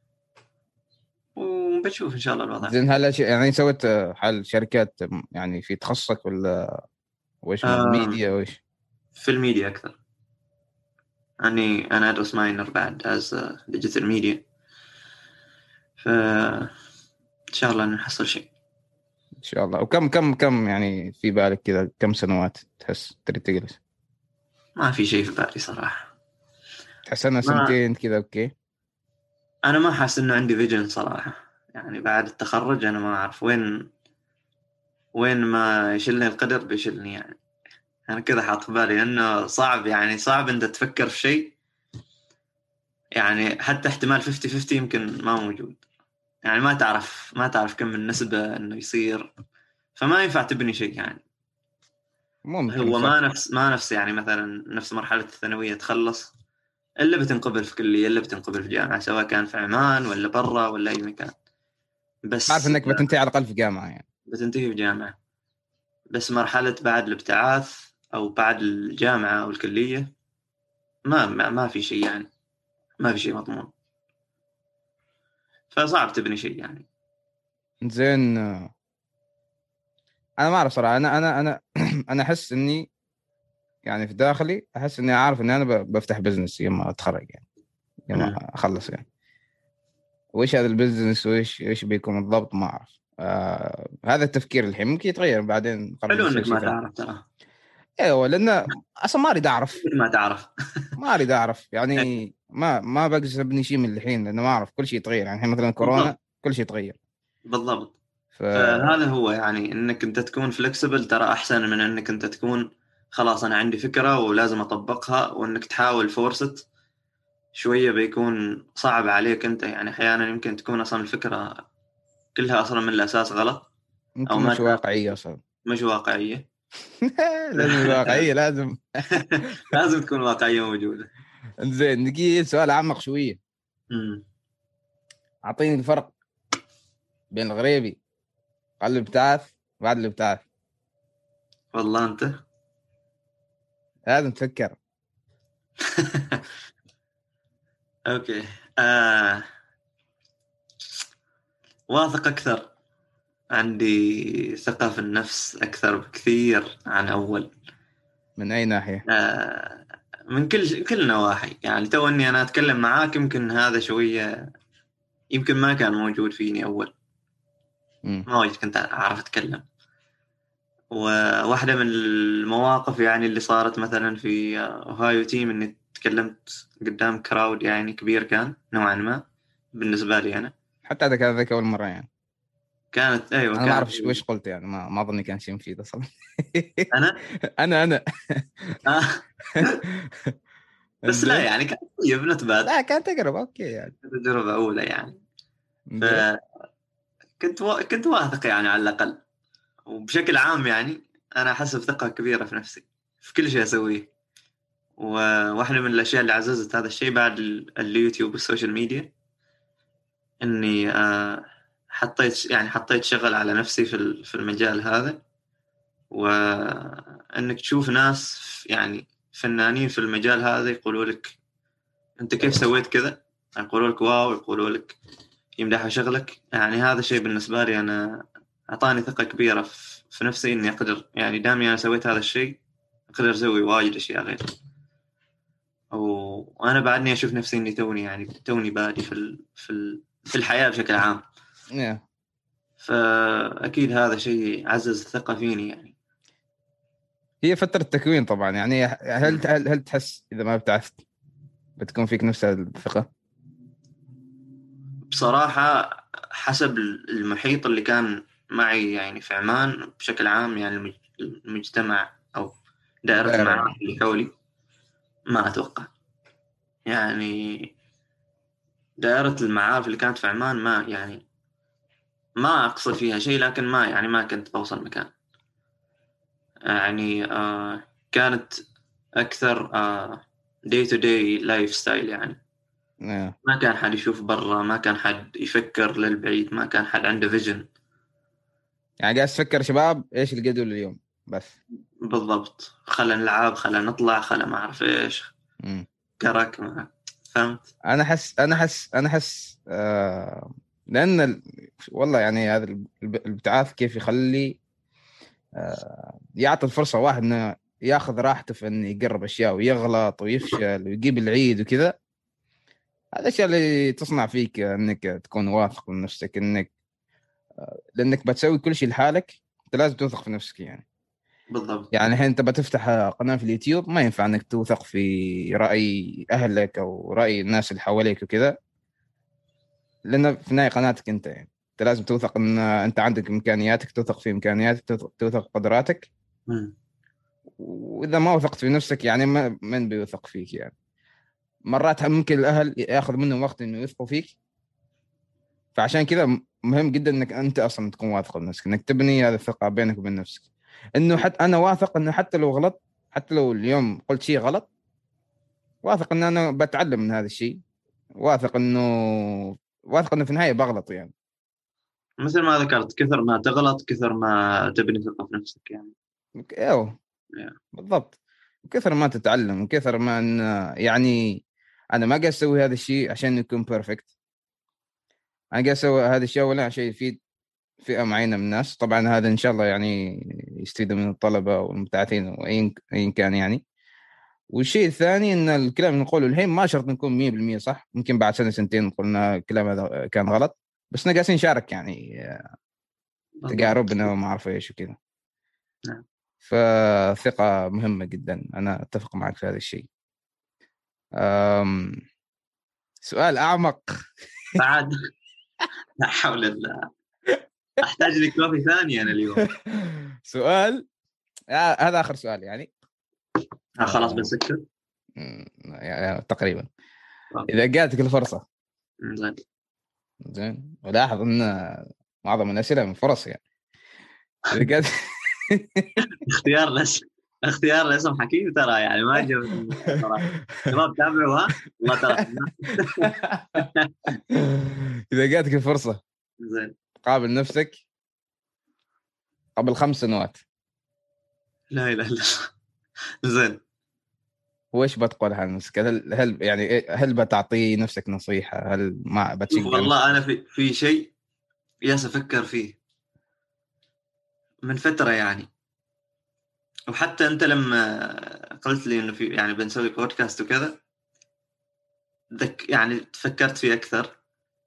وبشوف ان شاء الله الوضع. زين هل أش- يعني سويت آه، حل شركات يعني في تخصصك ولا وش آه ميديا وش؟ في الميديا اكثر. اني انا ادرس ماينر بعد از ديجيتال ميديا، ف ان شاء الله نحصل شيء. ان شاء الله. وكم كم كم يعني في بالك كذا كم سنوات تحس تريد تجلس؟ ما في شيء في بالي صراحة. تحس انها ما سنتين كذا اوكي؟ انا ما حاسس انه عندي فيجن صراحة. يعني بعد التخرج انا ما اعرف وين وين ما يشلني القدر بيشلني يعني. انا كذا حاط في بالي انه صعب، يعني صعب انت تفكر في شيء يعني حتى احتمال خمسين خمسين يمكن ما موجود. يعني ما تعرف ما تعرف كم النسبة انه يصير، فما ينفع تبني شيء يعني. ممكن هو ما صح. نفس ما نفس يعني مثلا نفس مرحلة الثانوية تخلص، الا بتنقبل في كلية، الا بتنقبل في جامعة، سواء كان في عمان ولا برا ولا اي مكان. عارف بس انك بتنتهي على الاقل في جامعه يعني. بتنتهي في جامعة. بس مرحلة بعد الابتعاث او بعد الجامعة او الكلية، ما ما, ما في شيء يعني، ما في شيء مضمون، فصعب تبني شيء يعني. زين آه، انا ما اعرف صراحه. انا انا انا انا احس اني يعني في داخلي احس اني عارف اني انا ب- بفتح بزنس يوم ما اتخرج يعني، يوم مم. ما اخلص يعني. وإيش هذا البزنس وإيش إيش بيكون بالضبط ما أعرف. آه هذا التفكير الحين ممكن يتغير بعدين خلاص حلو يصير انك شيء ما ثاني. تعرف ترى. ايوه لأن أصلا ما أريد أعرف. ما تعرف. ما أريد أعرف يعني ما ما بقدر أبني شيء من الحين، لأنه ما أعرف كل شيء يتغير يعني. الحين مثلا كورونا بالضبط. كل شيء يتغير. بالضبط. ف فهذا هو يعني انك انت تكون فلكسبل ترى احسن من انك انت تكون خلاص انا عندي فكرة ولازم اطبقها، وانك تحاول فورست شوية بيكون صعب عليك انت. يعني احيانا يمكن تكون اصلا الفكرة كلها اصلا من الاساس غلط، او يمكن ما مش تناسب، واقعية أصلا. مش واقعية. لازم الواقعية لازم. لازم تكون واقعية موجودة. زين نجي سؤال أعمق شوية. امم أعطيني الفرق بين الغريبي قبل الابتعاث بعد الابتعاث. والله انت. لازم تفكر. اوكي. آه. واثق اكثر عندي ثقة في النفس أكثر بكثير عن أول. من اي ناحيه؟ آه، من كل كل النواحي. يعني تو إني أنا أتكلم معاك يمكن هذا شوية، يمكن ما كان موجود فيني أول. امم ما وايد كنت أعرف أتكلم. وواحدة من المواقف يعني اللي صارت مثلا في أوهايو تيم إني تكلمت قدام كراود يعني كبير، كان نوعا ما بالنسبة لي أنا. حتى هذا كان ذاك اول مره يعني. كانت أيوة انا ما كانت. اعرف وش قلت يعني، ما ما اظني كان شيء مفيد اصلا. أنا انا انا آه. بس لا انزين. يعني كانت طيب نوت باد. لا كانت تقرب اوكي يعني. تجربة أولى يعني. انزين. فكنت و... كنت واثق يعني على الأقل. وبشكل عام يعني أنا أحس بثقة كبيرة في نفسي في كل شيء أسويه. وواحدة من الأشياء اللي عززت هذا الشيء بعد ال- اليوتيوب والسوشيال ميديا، إني آه، حطيت يعني حطيت شغل على نفسي في ال- في المجال هذا. وإنك تشوف ناس يعني فنانين في المجال هذا يقولوا لك أنت كيف سويت كذا، يقولوا لك واو، يقولوا لك يمدحوا شغلك. يعني هذا الشيء بالنسبة لي أنا أعطاني ثقة كبيرة في في نفسي، إني أقدر يعني دامي أنا سويت هذا الشيء أقدر أسوي وايد أشياء غير. و- وأنا بعدني أشوف نفسي إني توني يعني توني بادي في ال... في ال... في الحياة بشكل عام. yeah. فأكيد هذا شيء عزز الثقة فيني يعني. هي فتره تكوين طبعا يعني. هل هل, هل تحس اذا ما ابتعثت بتكون فيك نفس الثقه؟ بصراحة حسب المحيط اللي كان معي يعني في عمان بشكل عام، يعني المج- المجتمع أو دائرة دائره المعارف يعني. اللي حولي، ما أتوقع. يعني دائرة المعارف اللي كانت في عمان ما يعني ما أقصد فيها شيء، لكن ما يعني ما كنت بوصل مكان. يعني آه كانت أكثر آه day to day life style يعني. yeah. ما كان حد يشوف برا، ما كان حد يفكر للبعيد، ما كان حد عنده فيجن. يعني قاعد تفكر شباب ايش الجدول اليوم بس. بالضبط، خلنا نلعب، خلنا نطلع، خلنا ما أعرف إيش، مم. كرك ما فهمت. انا حس انا حس انا حس آه لان ال... والله يعني هذا الب- الابتعاث كيف يخلي آه يعطي الفرصه واحد انه ياخذ راحته في انه يقرب اشياء ويغلط ويفشل ويجيب العيد وكذا. هذا الاشياء اللي تصنع فيك انك تكون واثق من نفسك، انك لانك بتسوي كل شيء لحالك. انت لازم توثق في نفسك يعني. بالضبط. يعني الحين انت بتفتح قناه في اليوتيوب، ما ينفع انك توثق في راي اهلك او راي الناس اللي حواليك وكذا، لأن في النهاية قناتك أنت يعني. أنت لازم توثق أن أنت عندك إمكانياتك، توثق في إمكانياتك، توثق توثق قدراتك. مم. وإذا ما وثقت في نفسك يعني ما من بيوثق فيك يعني. مرات ممكن الأهل يأخذ منهم وقت إنه يثقوا فيك. فعشان كذا مهم جدا إنك أنت أصلا تكون واثق بنفسك، إنك تبني هذه الثقة بينك وبين نفسك. إنه حتى أنا واثق إنه حتى لو غلط، حتى لو اليوم قلت شيء غلط، واثق إن أنا بتعلم من هذا الشيء. واثق إنه واثق إنه في النهاية بغلط يعني. مثل ما ذكرت، كثر ما تغلط كثر ما تبني ثقة في نفسك يعني. أيوه Yeah. بالضبط. وكثر ما تتعلم وكثر ما أن يعني انا ما قاعد اسوي هذا الشيء عشان يكون بيرفكت. انا قاعد اسوي هذا الشيء اولا عشان يفيد فئه معينه من الناس. طبعا هذا ان شاء الله يعني يستفيد من الطلبه والمبتعثين وايا أيا كان يعني. والشيء الثاني ان الكلام اللي نقوله الحين ما شرط نكون مية بالمية صح. ممكن بعد سنه سنتين قلنا الكلام هذا كان غلط، بس احنا قاعدين نشارك يعني بالضبط. تجاربنا وما اعرف ايش وكذا. نعم. فثقه مهمه جدا، انا اتفق معك في هذا الشيء. أم... سؤال أعمق. بعد لا حول الله، أحتاج لك كوفي ثاني أنا اليوم. سؤال آه هذا آخر سؤال يعني. آه خلاص آه بنسكر. يعني تقريبا. آه. إذا جاتك الفرصة، زين. زين، ولاحظ أن معظم الأسئلة من فرص يعني. إذا جات اختيار لس اختيار الاسم حكيم ترى، يعني ما جاب صراحة. شباب تابعوا ها والله ترى. إذا جاتك الفرصة زين. تقابل نفسك قبل خمس سنوات، لا إله إلا الله. زين. وإيش بتقول عن نفسك؟ هل هل يعني هل بتعطي نفسك نصيحة؟ هل ما شوف بتشجع نفسك؟ والله أنا في في شيء ياس أفكر فيه من فترة يعني. وحتى أنت لما قلت لي إنه في يعني بنسوي بودكاست وكذا، ذك يعني تفكرت فيه أكثر.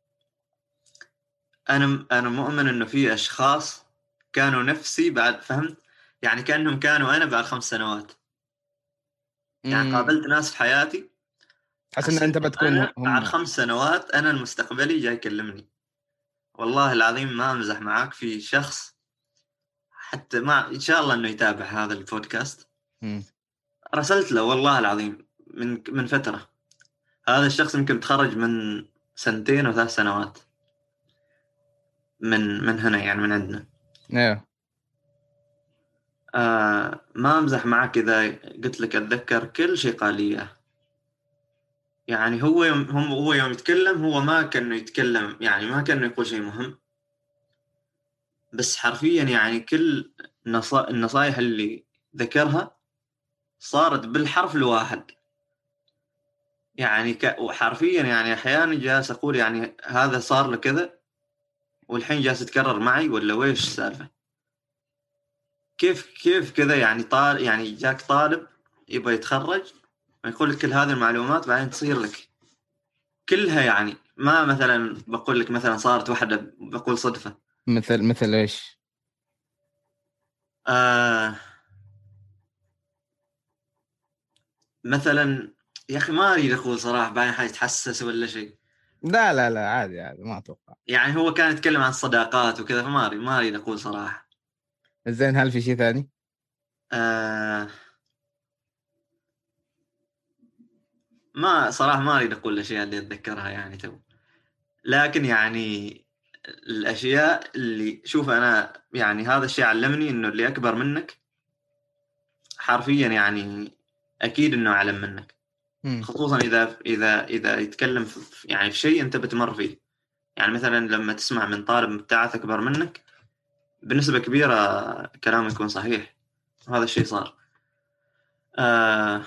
أنا أنا مؤمن إنه في أشخاص كانوا نفسي بعد، فهمت؟ يعني كأنهم كانوا أنا بعد خمس سنوات. يعني امم قابلت ناس في حياتي تحس ان حسيت انت بتكون أنا بعد هم. خمس سنوات أنا المستقبلي جاي يكلمني. والله العظيم ما أمزح معاك، في شخص حتى ما إن شاء الله إنه يتابع هذا البودكاست. مم. رسلت له والله العظيم من من فترة. هذا الشخص يمكن تخرج من سنتين أو ثلاث سنوات من من هنا يعني من عندنا. ايوه. آه ما أمزح معك إذا قلت لك أتذكر كل شيء قال لي إياه. يعني هو يوم هم هو يوم يتكلم، هو ما كان يتكلم يعني ما كان يقول شيء مهم، بس حرفيا يعني كل نصا... النصائح اللي ذكرها صارت بالحرف الواحد. يعني ك... وحرفيا يعني أحيانا جالس أقول يعني هذا صار له كذا والحين جالس يتكرر معي، ولا ويش السالفة؟ كيف كيف كذا يعني طال يعني جاك طالب يبغى يتخرج ويقول لك كل هذه المعلومات بعدين تصير لك كلها. يعني ما مثلا بقول لك مثلا صارت واحدة بقول صدفة. مثل مثل ايش؟ آه مثلا يا أخي ما أريد أقول صراحة بعدين حيتحسس ولا شيء. لا لا لا، عادي عادي، ما اتوقع. يعني هو كان يتكلم عن الصداقات وكذا، فما أريد ما أريد أقول صراحة. زين، هل في شيء ثاني؟ آه ما صراحة ما أريد أقول الأشياء اللي أتذكرها يعني تو. لكن يعني الأشياء اللي شوف أنا يعني هذا الشيء علمني إنه اللي أكبر منك حرفيا يعني أكيد إنه أعلم منك. مم. خصوصا إذا إذا إذا يتكلم في يعني في شيء أنت بتمر فيه. يعني مثلا لما تسمع من طالب مبتعث أكبر منك بنسبة كبيرة كلامه يكون صحيح، وهذا الشيء صار. آه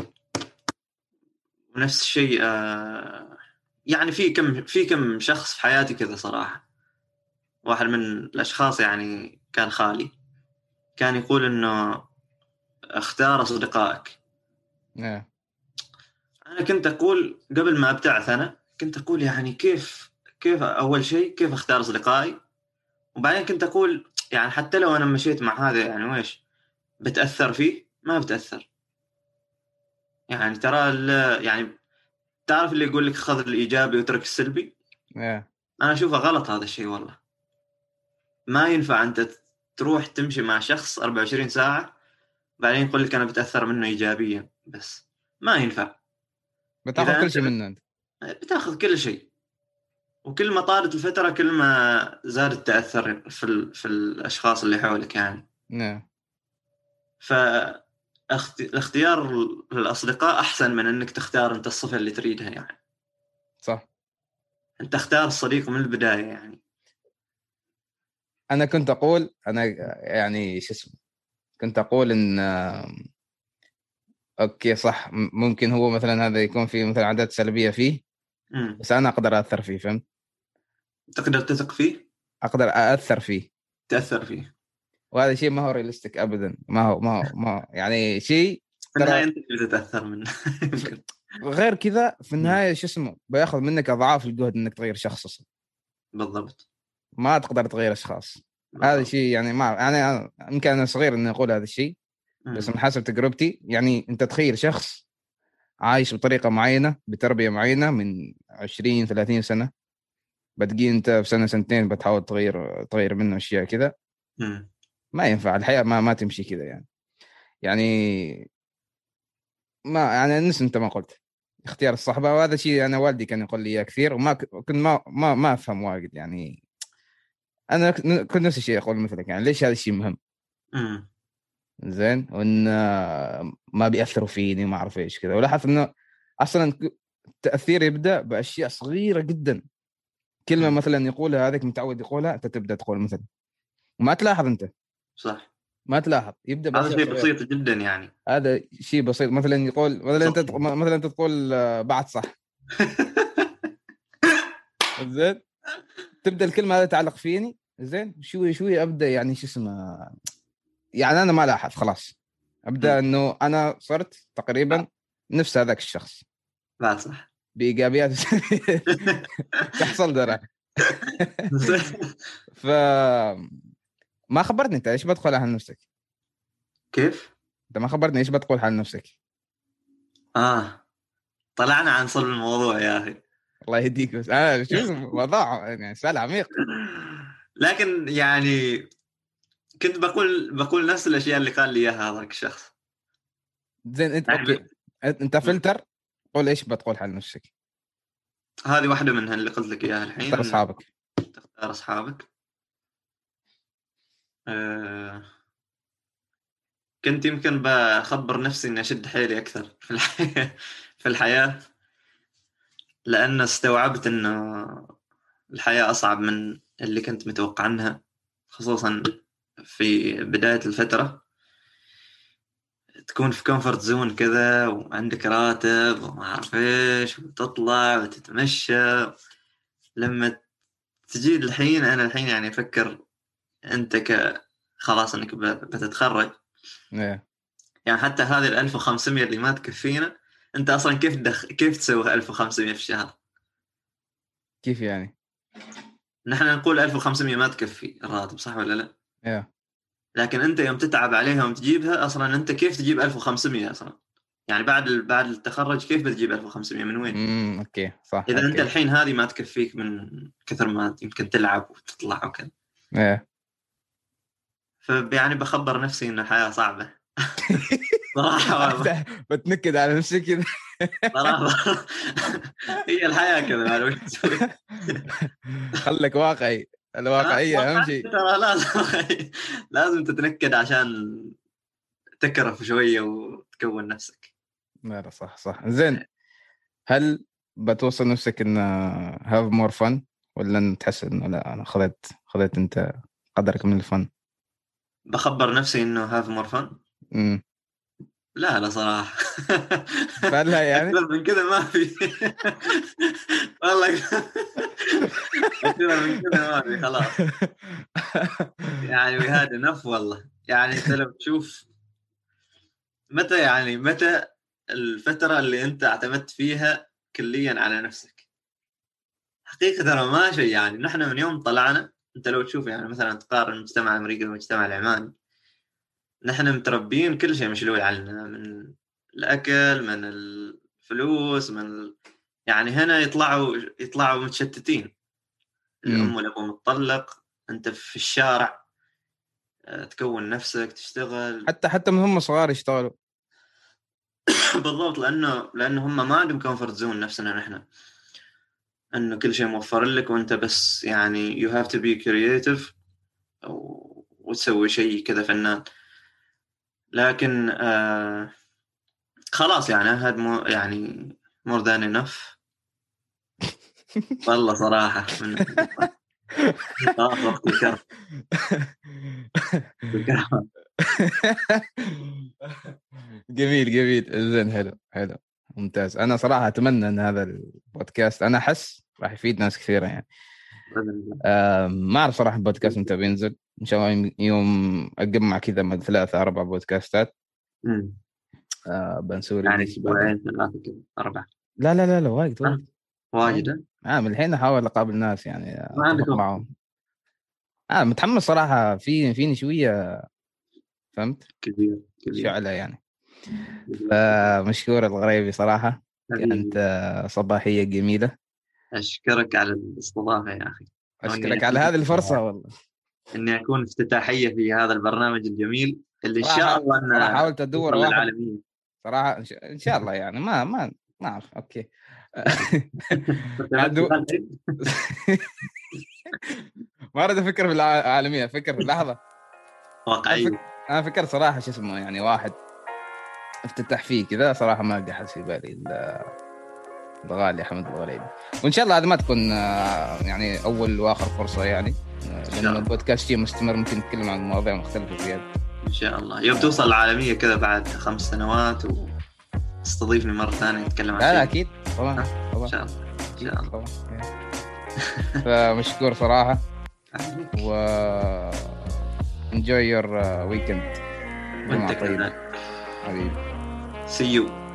ونفس الشيء آه يعني في كم في كم شخص في حياتي كذا صراحة. واحد من الأشخاص يعني كان خالي، كان يقول إنه اختار أصدقائك. ايه. أنا كنت أقول قبل ما أبتعث أنا كنت أقول يعني كيف كيف أول شيء كيف أختار أصدقائي. وبعدين كنت أقول يعني حتى لو أنا مشيت مع هذا يعني ويش بتأثر فيه؟ ما بتأثر. يعني ترى ال- يعني تعرف اللي يقول لك خذ الإيجابي وترك السلبي. ايه. أنا أشوفه غلط هذا الشيء والله. ما ينفع أنت تروح تمشي مع شخص أربعة وعشرين ساعة بعدين يقول لك أنا بتأثر منه إيجابيا بس. ما ينفع. بتاخذ إذا كل أنت شيء منه انت. بتاخذ كل شيء، وكل ما طالت الفترة كل ما زاد التأثر في ال... في الأشخاص اللي حولك يعني. ايه. فالاختيار الأصدقاء أحسن من أنك تختار أنت الصفة اللي تريدها. يعني صح. أنت اختار الصديق من البداية يعني. انا كنت اقول انا يعني شو اسمه كنت اقول ان آه، اوكي صح، م- ممكن هو مثلا هذا يكون في مثلا عادات سلبيه فيه، مم. بس انا اقدر اثر فيه، فهمت؟ تقدر تثق فيه، اقدر اثر فيه. تأثر فيه. وهذا شيء ما هو ريالستيك ابدا، ما هو ما هو ما هو يعني شيء. في النهاية ترى أنت اللي تتأثر منه. ف- يمكن. غير كذا في مم. النهايه شو اسمه بياخذ منك اضعاف الجهد انك تغير شخص أصلاً. بالضبط. ما تقدر تغير اشخاص. هذا بالضبط. شيء يعني ما يعني أنا- يمكن انا صغير اني اقول هذا الشيء، بس مم. من حسب تجربتي يعني انت تخيل شخص عايش بطريقه معينه بتربيه معينه من عشرين ثلاثين سنه، بتجي انت في سنه سنتين بتحاول تغير تغير منه اشياء كذا. مم. ما ينفع الحياه، ما ما تمشي كذا يعني. يعني ما يعني نفس انت ما قلت اختيار الصحبه، وهذا شيء انا والدي كان يقول لي اياه كثير، وما ك- كنت ما ما ما افهم واجد يعني. انا ك- كنت نفس الشيء اقول مثلك، يعني ليش هذا الشيء مهم؟ مم. زين، وان آه، ما بيأثروا فيني وما اعرف ايش كذا. ولاحظ انه اصلا التأثير يبدأ باشياء صغيره جدا. كلمه مم. مثلا يقولها هذاك متعود يقولها، انت تبدأ تقول مثلا وما تلاحظ انت، صح. ما تلاحظ، يبدأ هذا باشياء شيء صغيره. بسيط جدا يعني. هذا شيء بسيط، مثلا يقول مثلا انت سطحي. تق- مثلا انت تقول آه، بعد صح. زين، تبدا الكلمه هذه تعلق فيني، زين شوي شوي ابدا يعني شو اسمه، يعني انا ما لاحظ خلاص ابدا م. انه انا صرت تقريبا نفس هذاك الشخص بعد صح. بايجابيات تحصل درا. ف ما خبرتني انت ايش بتقول عن نفسك؟ كيف؟ انت ما خبرتني ايش بتقول عن نفسك؟ اه طلعنا عن صلب الموضوع يا اخي. الله يهديك بس انا شو موضوع يعني سؤال عميق. لكن يعني كنت بقول بقول نفس الاشياء اللي قال لي اياها هذاك الشخص. زين انت يعني اوكي ب... انت فلتر، قول ايش بتقول عن نفسك. هذه واحدة منها اللي قلت لك اياها اختار الحين. اصحابك. تختار اصحابك. آه... كنت يمكن بخبر نفسي اني اشد حيلي اكثر في الحياة في الحياة، لان استوعبت انه الحياة اصعب من اللي كنت متوقع عنها، خصوصا في بداية الفترة. تكون في كومفورت زون كذا وعندك راتب وما أعرف إيش وتطلع وتتمشى. لما تجي الحين أنا الحين يعني أفكر أنت ك خلاص إنك ب- بتتخرج. ايه يعني حتى هذه الألف وخمسمية اللي ما تكفينا، أنت أصلا كيف دخ... كيف تسوي ألف وخمسمية في الشهر؟ كيف يعني؟ نحن نقول ألف وخمسمية ما تكفي الراتب، صح ولا لا؟ ايه لكن أنت يوم تتعب عليها ويوم تجيبها، أصلا أنت كيف تجيب ألف وخمسمية أصلا؟ يعني بعد ال... بعد التخرج كيف بتجيب ألف وخمسمية من وين؟ امم اوكي صح إذا أنت اوكي. الحين هذه ما تكفيك من كثر ما يمكن تلعب وتطلع وكذا. ايه فيعني بخبر نفسي إن الحياة صعبة. صراحة والله. بتنكد على نفسك كذا. صراحة هي الحياة كذا، ما وش تسوي. خلك واقعي، الواقعية أهم شيء. ترى لازم لازم تتنكد عشان تكرف شوية وتكون نفسك. لا لا صح صح. زين هل بتوصل نفسك إن have more fun ولا إن تحس إنه لا أنا خذت خذت أنت قدرك من الفن؟ بخبر نفسي إنه have more fun. امم لا لا صراحة. فلا يعني أكثر من كذا ما في. والله أكثر من كذا ما في خلاص. يعني وهذا نف والله. يعني أنت لو تشوف متى يعني متى الفترة اللي أنت اعتمدت فيها كليا على نفسك، حقيقة ترى ما شيء. يعني نحن من يوم طلعنا، أنت لو تشوف يعني مثلا تقارن المجتمع الأمريكي والمجتمع العماني، نحن متربين كل شيء مشلوي علينا، من الأكل من الفلوس من ال... يعني هنا يطلعوا يطلعوا متشتتين. الأم والأبو متطلق، أنت في الشارع تكون نفسك تشتغل. حتى حتى من هم صغار يشتغلوا. بالضبط، لأنه لأنه هم ما عندهم كومفورت زون نفسنا نحن، انه كل شيء موفر لك وانت بس يعني you have to be creative و... وتسوي شيء كذا فنان. لكن آه خلاص يعني هذا مو يعني more than enough. والله صراحة من خلاص وقت الكرم. جميل جميل. زين حلو حلو ممتاز. أنا صراحة أتمنى أن هذا البودكاست أنا أحس راح يفيد ناس كثيرة يعني. آه ما أعرف صراحة البودكاست متى بينزل، إن شاء الله يوم أجمع كذا من ثلاثة أربع بودكاستات آه بنسوي يعني ريليس بعدين. أسبوعين ثلاثة كذا أربعة. لا لا لا لا وايد وايد واجد. آه من الحين أحاول أقابل ناس يعني ما عندك أتفق وقت. معهم. آه متحمس صراحة، في فيني شوية فهمت كبير كبير. شعلة يعني. فمشكور الغريبي صراحة، كانت صباحية جميلة. أشكرك على الاستضافة يا أخي. أشكرك على هذه الفرصة والله، إني أكون افتتاحية في هذا البرنامج الجميل اللي إن شاء صراحة الله أن صراحة حاولت أدور توصل واحد للعالمية. صراحة إن شاء, إن شاء الله يعني ما ما ما أعرف أوكي. أدو... ما أريد أفكر في العالمية، أفكر في لحظة واقعية. أنا فكر صراحة شو اسمه يعني واحد افتتح فيه كذا صراحة ما قاعد في بالي الغالي حمد الغريبي. وإن شاء الله هذا ما تكون يعني أول وآخر فرصة يعني، لأن البودكاست شيء مستمر ممكن نتكلم عن مواضيع مختلفة فيها إن شاء الله. يوم توصل العالمية كذا بعد خمس سنوات وتستضيفني مرة ثانية نتكلم عن لا شيء. أكيد طبعا طبعا إن شاء الله إن شاء الله. فمشكور صراحة، و enjoy your weekend. وانت جمعة طيبة كذلك. حبيبي. See you.